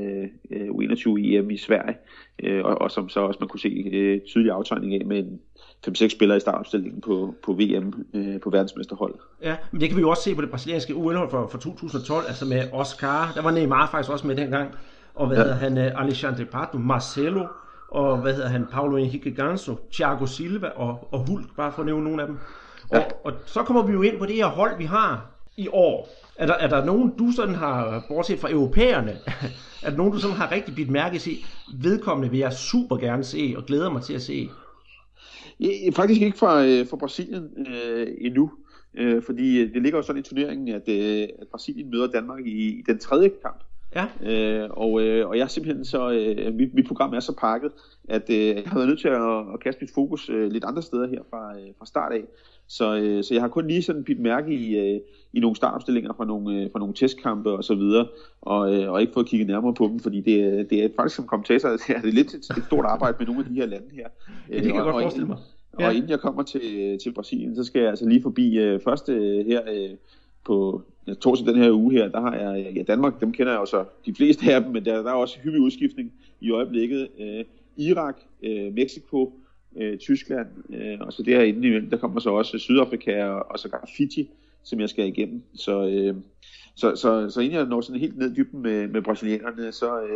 U21-EM i Sverige, og som så også man kunne se tydelig aftegning af med 5-6 spillere i startopstillingen på VM på verdensmesterholdet. Ja, men det kan vi jo også se på det brasilianske OL-hold for 2012, altså med Oscar, der var Neymar faktisk også med dengang, og hvad hedder han, Alexandre Pato, Marcelo, og hvad hedder han, Paulo Henrique Ganso, Thiago Silva og Hulk, bare for at nævne nogle af dem. Og så kommer vi jo ind på det her hold, vi har i år. Er der nogen, du sådan har, bortset fra europæerne, er der nogen, du sådan har rigtig bidt mærke til, vedkommende vil jeg super gerne se, og glæder mig til at se? Ja, faktisk ikke fra Brasilien endnu, fordi det ligger jo sådan i turneringen, at Brasilien møder Danmark i den 3. kamp. Ja. Og jeg er simpelthen så, mit program er så pakket, at jeg har været nødt til at kaste mit fokus lidt andre steder her fra start af. Så jeg har kun lige sådan bidt mærke i nogle startopstillinger fra nogle testkampe og så videre, og ikke fået kigget nærmere på dem, fordi det er faktisk som kommentator, det er lidt et stort arbejde med nogle af de her lande her. Ja, det kan jeg godt forestille mig. Ja. Og inden jeg kommer til Brasilien, så skal jeg altså lige forbi først her på torsdag den her uge her, der har jeg Danmark, dem kender jeg jo så de fleste af dem, men der er også hyppig udskiftning i øjeblikket. Irak, Mexico, Tyskland, og så derinde, der kommer så også Sydafrika og så Fiji, som jeg skal igennem. Så inden jeg når sådan helt ned i dybden med brasilianerne,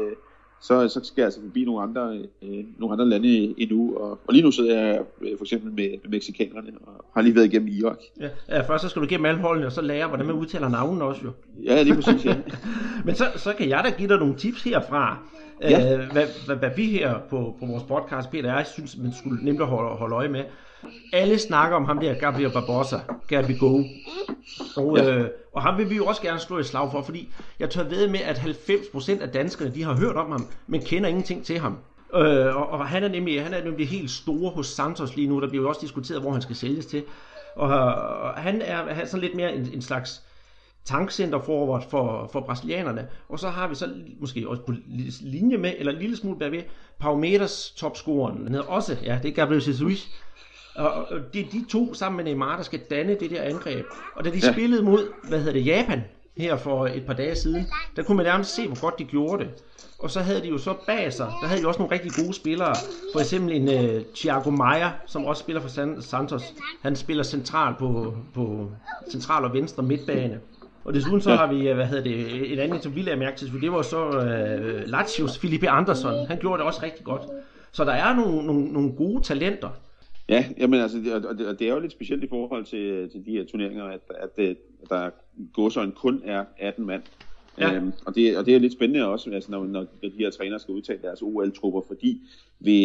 så skal jeg altså forbi nogle andre lande endnu, og lige nu sidder jeg for eksempel med mexikanerne, og har lige været igennem Irak. Ja, først så skal du igennem alle holdene, og så lære, hvordan man udtaler navnene også jo. Ja, lige præcis, ja. Men så kan jeg da give dig nogle tips herfra, ja. Hvad vi her på vores podcast, Peter, jeg synes, man skulle nemt holde øje med. Alle snakker om ham der, Gabriel Barbosa, Gabigol. Og ham vil vi jo også gerne slå et slag for, fordi jeg tør ved med, at 90% af danskerne, de har hørt om ham, men kender ingenting til ham. Og han er nemlig helt store hos Santos lige nu. Der bliver jo også diskuteret, hvor han skal sælges til. Og han er sådan lidt mere en slags tankcenter forward for brasilianerne. Og så har vi så måske også på linje med, eller en lille smule bagved, Palmeiras topscoren. Han hedder også, ja, det er Gabriel Jesus. Og det er de to sammen med Neymar, der skal danne det der angreb. Og da de spillede mod, Japan her for et par dage siden, der kunne man nærmest se, hvor godt de gjorde det. Og så havde de jo så bag sig, der havde de også nogle rigtig gode spillere. For eksempel en Thiago Maia, som også spiller for Santos. Han spiller central på central og venstre midtbane. Og desuden så har vi, et andet, som vi lader mærke til, det var så Lazios Felipe Anderson. Han gjorde det også rigtig godt. Så der er nogle gode talenter. Ja, jamen altså, det er jo lidt specielt i forhold til de her turneringer, at der gåsøjne kun er 18 mand. Ja. Og det er lidt spændende også, altså, når de her trænere skal udtage deres OL-trupper, fordi ved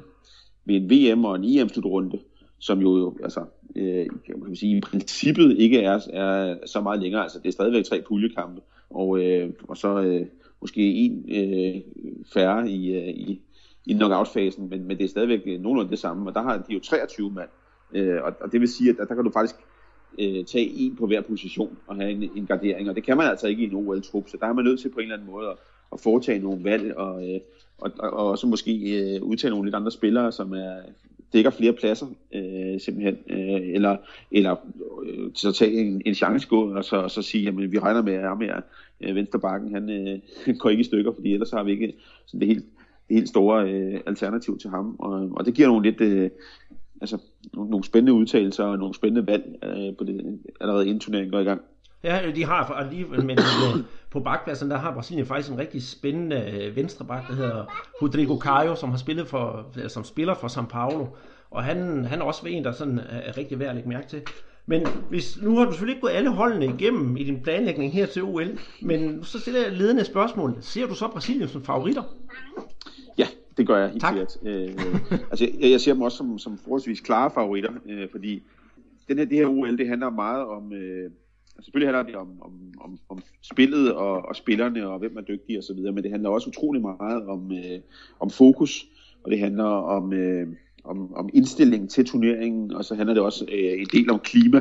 en VM og en EM-slutrunde, som jo altså, kan man sige, i princippet ikke er så meget længere, altså det er stadigvæk 3 puljekampe, og så måske en færre i knockout-fasen, men det er stadigvæk nogenlunde det samme, og der har de jo 23 mand, og det vil sige, at der kan du faktisk tage en på hver position og have en gardering, og det kan man altså ikke i en OL-trup, så der er man nødt til på en eller anden måde at foretage nogle valg, og så måske udtage nogle lidt andre spillere, som dækker flere pladser, simpelthen, eller så tage en chance gå, og så sige, jamen vi regner med, at ham her venstrebakken, han går ikke i stykker, fordi ellers har vi ikke sådan det helt store alternativ til ham, og det giver nogle lidt nogle spændende udtalelser og nogle spændende valg på det allerede inden turneringen går i gang. Ja, de har alligevel på bakpladsen, der har Brasilien faktisk en rigtig spændende venstrebak, der hedder Rodrigo Caio, som spiller for São Paulo, og han er også en, der sådan er rigtig værd at lægge mærke til. Men nu har du selvfølgelig ikke gået alle holdene igennem i din planlægning her til OL, men så stiller jeg ledende spørgsmål. Ser du så Brasilien som favoritter? Ja, det gør jeg helt sikkert. Altså, jeg ser dem også som forholdsvis klare favoritter, fordi det her OL, det handler meget om... Selvfølgelig handler det om spillet og spillerne og hvem er dygtige og så videre, men det handler også utrolig meget om fokus, og det handler om indstilling til turneringen, og så handler det også en del om klima,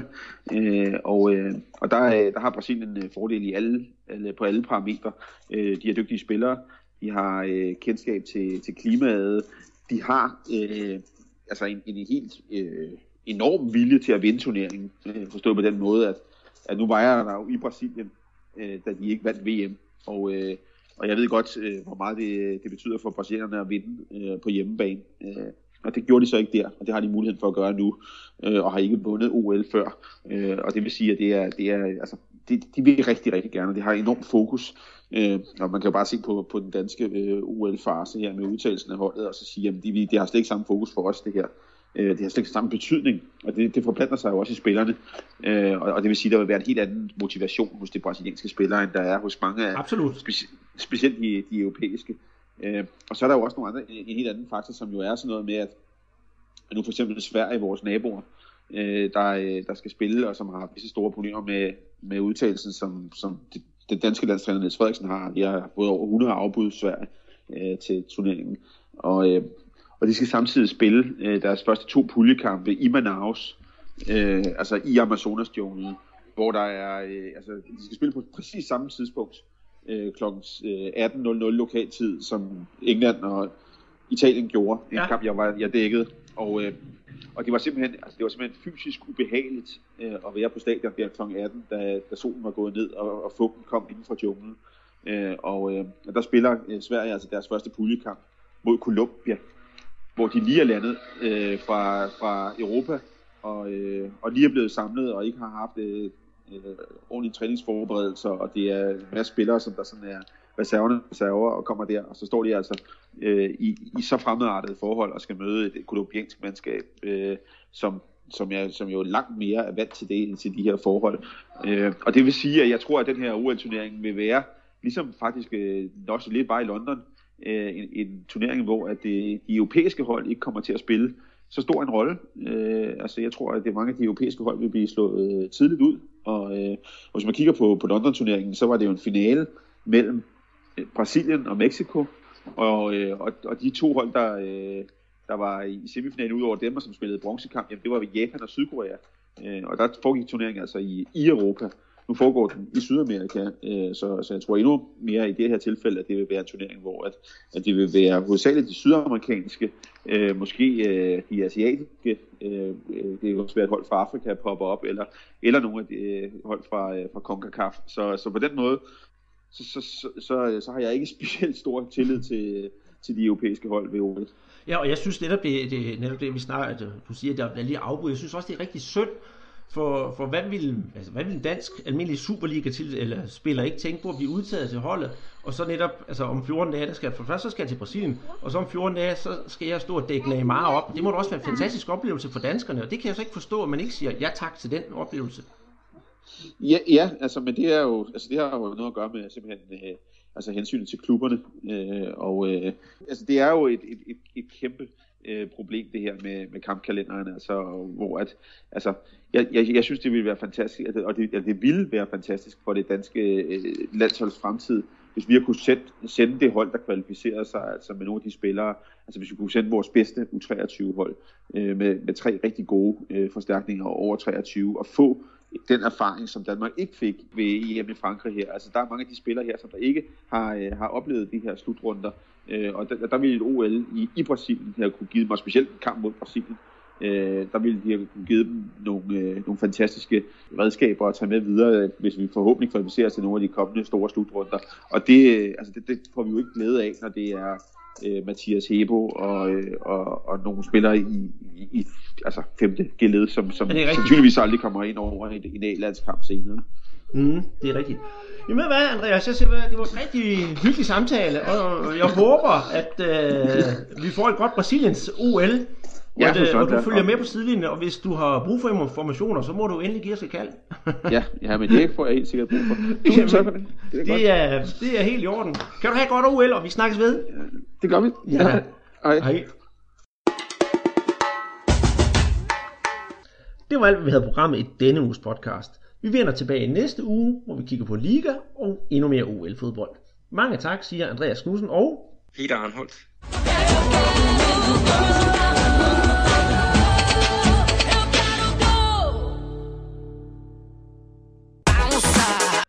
og der har Brasilien en fordel på alle parametre. De har dygtige spillere, de har kendskab til klimaet, de har altså en helt enorm vilje til at vinde turneringen, forstået på den måde, at nu var jeg der jo i Brasilien, da de ikke vandt VM, og jeg ved godt, hvor meget det betyder for brasilianerne at vinde på hjemmebane. Og det gjorde de så ikke der, og det har de muligheden for at gøre nu, og har ikke vundet OL før. Og det vil sige, at de vil rigtig, rigtig gerne, og de har enormt fokus. Og man kan jo bare se på den danske OL-fase her med udtagelsen af holdet, og så sige, at det har slet ikke samme fokus for os, det her. Det har slet ikke samme betydning, og det forplanter sig jo også i spillerne. Og det vil sige, at der vil være en helt anden motivation hos de brasilianske spillere, end der er hos mange af specielt de europæiske. Og så er der jo også nogle andre, en helt anden faktor, som jo er sådan noget med, at nu for eksempel Sverige, vores naboer, der skal spille, og som har visse store problemer med udtalelsen, som den danske landstræner Niels Frederiksen har. De har fået over 100 afbud Sverige til turneringen. Og de skal samtidig spille deres første 2 puljekampe i Manaus, altså i Amazonas-junglen, hvor der er, de skal spille på præcis samme tidspunkt, kl. 18.00 lokaltid, som England og Italien gjorde. En kamp, jeg dækkede. Og det var simpelthen fysisk ubehageligt at være på stadion der kl. 18, da solen var gået ned, og fugten kom inden fra junglen. Og der spiller Sverige altså deres første puljekamp mod Colombia, hvor de lige er landet fra Europa, og lige er blevet samlet, og ikke har haft ordentlige træningsforberedelser, og det er en masse spillere, som der sådan er reserver og kommer der, og så står de altså i så fremmedartede forhold og skal møde et kolumbiansk mandskab, som jo langt mere er vant til de her forhold. Og det vil sige, at jeg tror, at den her OL-turnering vil være, ligesom faktisk også lidt bare i London, en turnering, hvor at de europæiske hold ikke kommer til at spille så stor en rolle. Jeg tror, at mange af de europæiske hold vil blive slået tidligt ud. Og hvis man kigger på London-turneringen, så var det jo en finale mellem Brasilien og Mexico. Og de 2 hold, der var i semifinalen ud over dem, og som spillede bronzekamp, det var Japan og Sydkorea. Og der foregik turneringen altså i Europa. Nu foregår den i Sydamerika, så jeg tror endnu mere i det her tilfælde, at det vil være en turnering, hvor at det vil være hovedsageligt de sydamerikanske, måske de asiatiske, det er jo også et hold fra Afrika popper op, eller nogle af de hold fra CONCACAF. Så på den måde, så har jeg ikke specielt stor tillid til de europæiske hold ved OL. Ja, og jeg synes netop det vi snakker, du siger, at der er lige afbud. Jeg synes også, det er rigtig synd. For hvad vil en dansk almindelig Superliga eller spiller ikke tænke på at blive udtaget til holdet, og så netop, altså om 14 dage, så skal jeg til Brasilien, og så om 14 dage, så skal jeg stå og dække Neymar op. Det må da også være en fantastisk oplevelse for danskerne, og det kan jeg så ikke forstå, at man ikke siger ja tak til den oplevelse. Ja, altså, men det er jo, altså det har jo noget at gøre med simpelthen, altså hensynet til klubberne, altså det er jo et kæmpe problem det her med kampkalenderen, altså hvor at, altså jeg synes det ville være fantastisk, og det ville være fantastisk for det danske landsholds fremtid, hvis vi kunne sende det hold, der kvalificerede sig, altså med nogle af de spillere, altså hvis vi kunne sende vores bedste U23 hold med 3 rigtig gode forstærkninger over 23 og få den erfaring, som Danmark ikke fik ved EM i Frankrig her. Altså der er mange af de spillere her, som der ikke har oplevet de her slutrunder, og der ville et OL i Brasilien her kunne give dem, og specielt en kamp mod Brasilien, der ville de have givet dem nogle fantastiske redskaber at tage med videre, hvis vi forhåbentlig kvalificerer til nogle af de kommende store slutrunder. Og det får vi jo ikke glæde af, når det er Mathias Hebo og nogle spillere i altså 5. geled, som sandsynligvis aldrig kommer ind over en A-landskamp senere. Det er rigtigt. Jamen hvad, Andreas, jeg siger, det var en rigtig hyggelig samtale, og jeg håber, at vi får et godt Brasiliens OL. Og du følger med på sidelinjen, og hvis du har brug for informationer, så må du endelig give os et kald. ja, men det får jeg helt sikkert brug for. Tusind tak for det. Det er helt i orden. Kan du have godt OL, og vi snakkes ved? Ja, det gør vi. Ja. Hej. Det var alt, hvad vi havde programmet i denne uges podcast. Vi vender tilbage i næste uge, hvor vi kigger på liga og endnu mere OL-fodbold. Mange tak, siger Andreas Knudsen og Peter Arnholdt.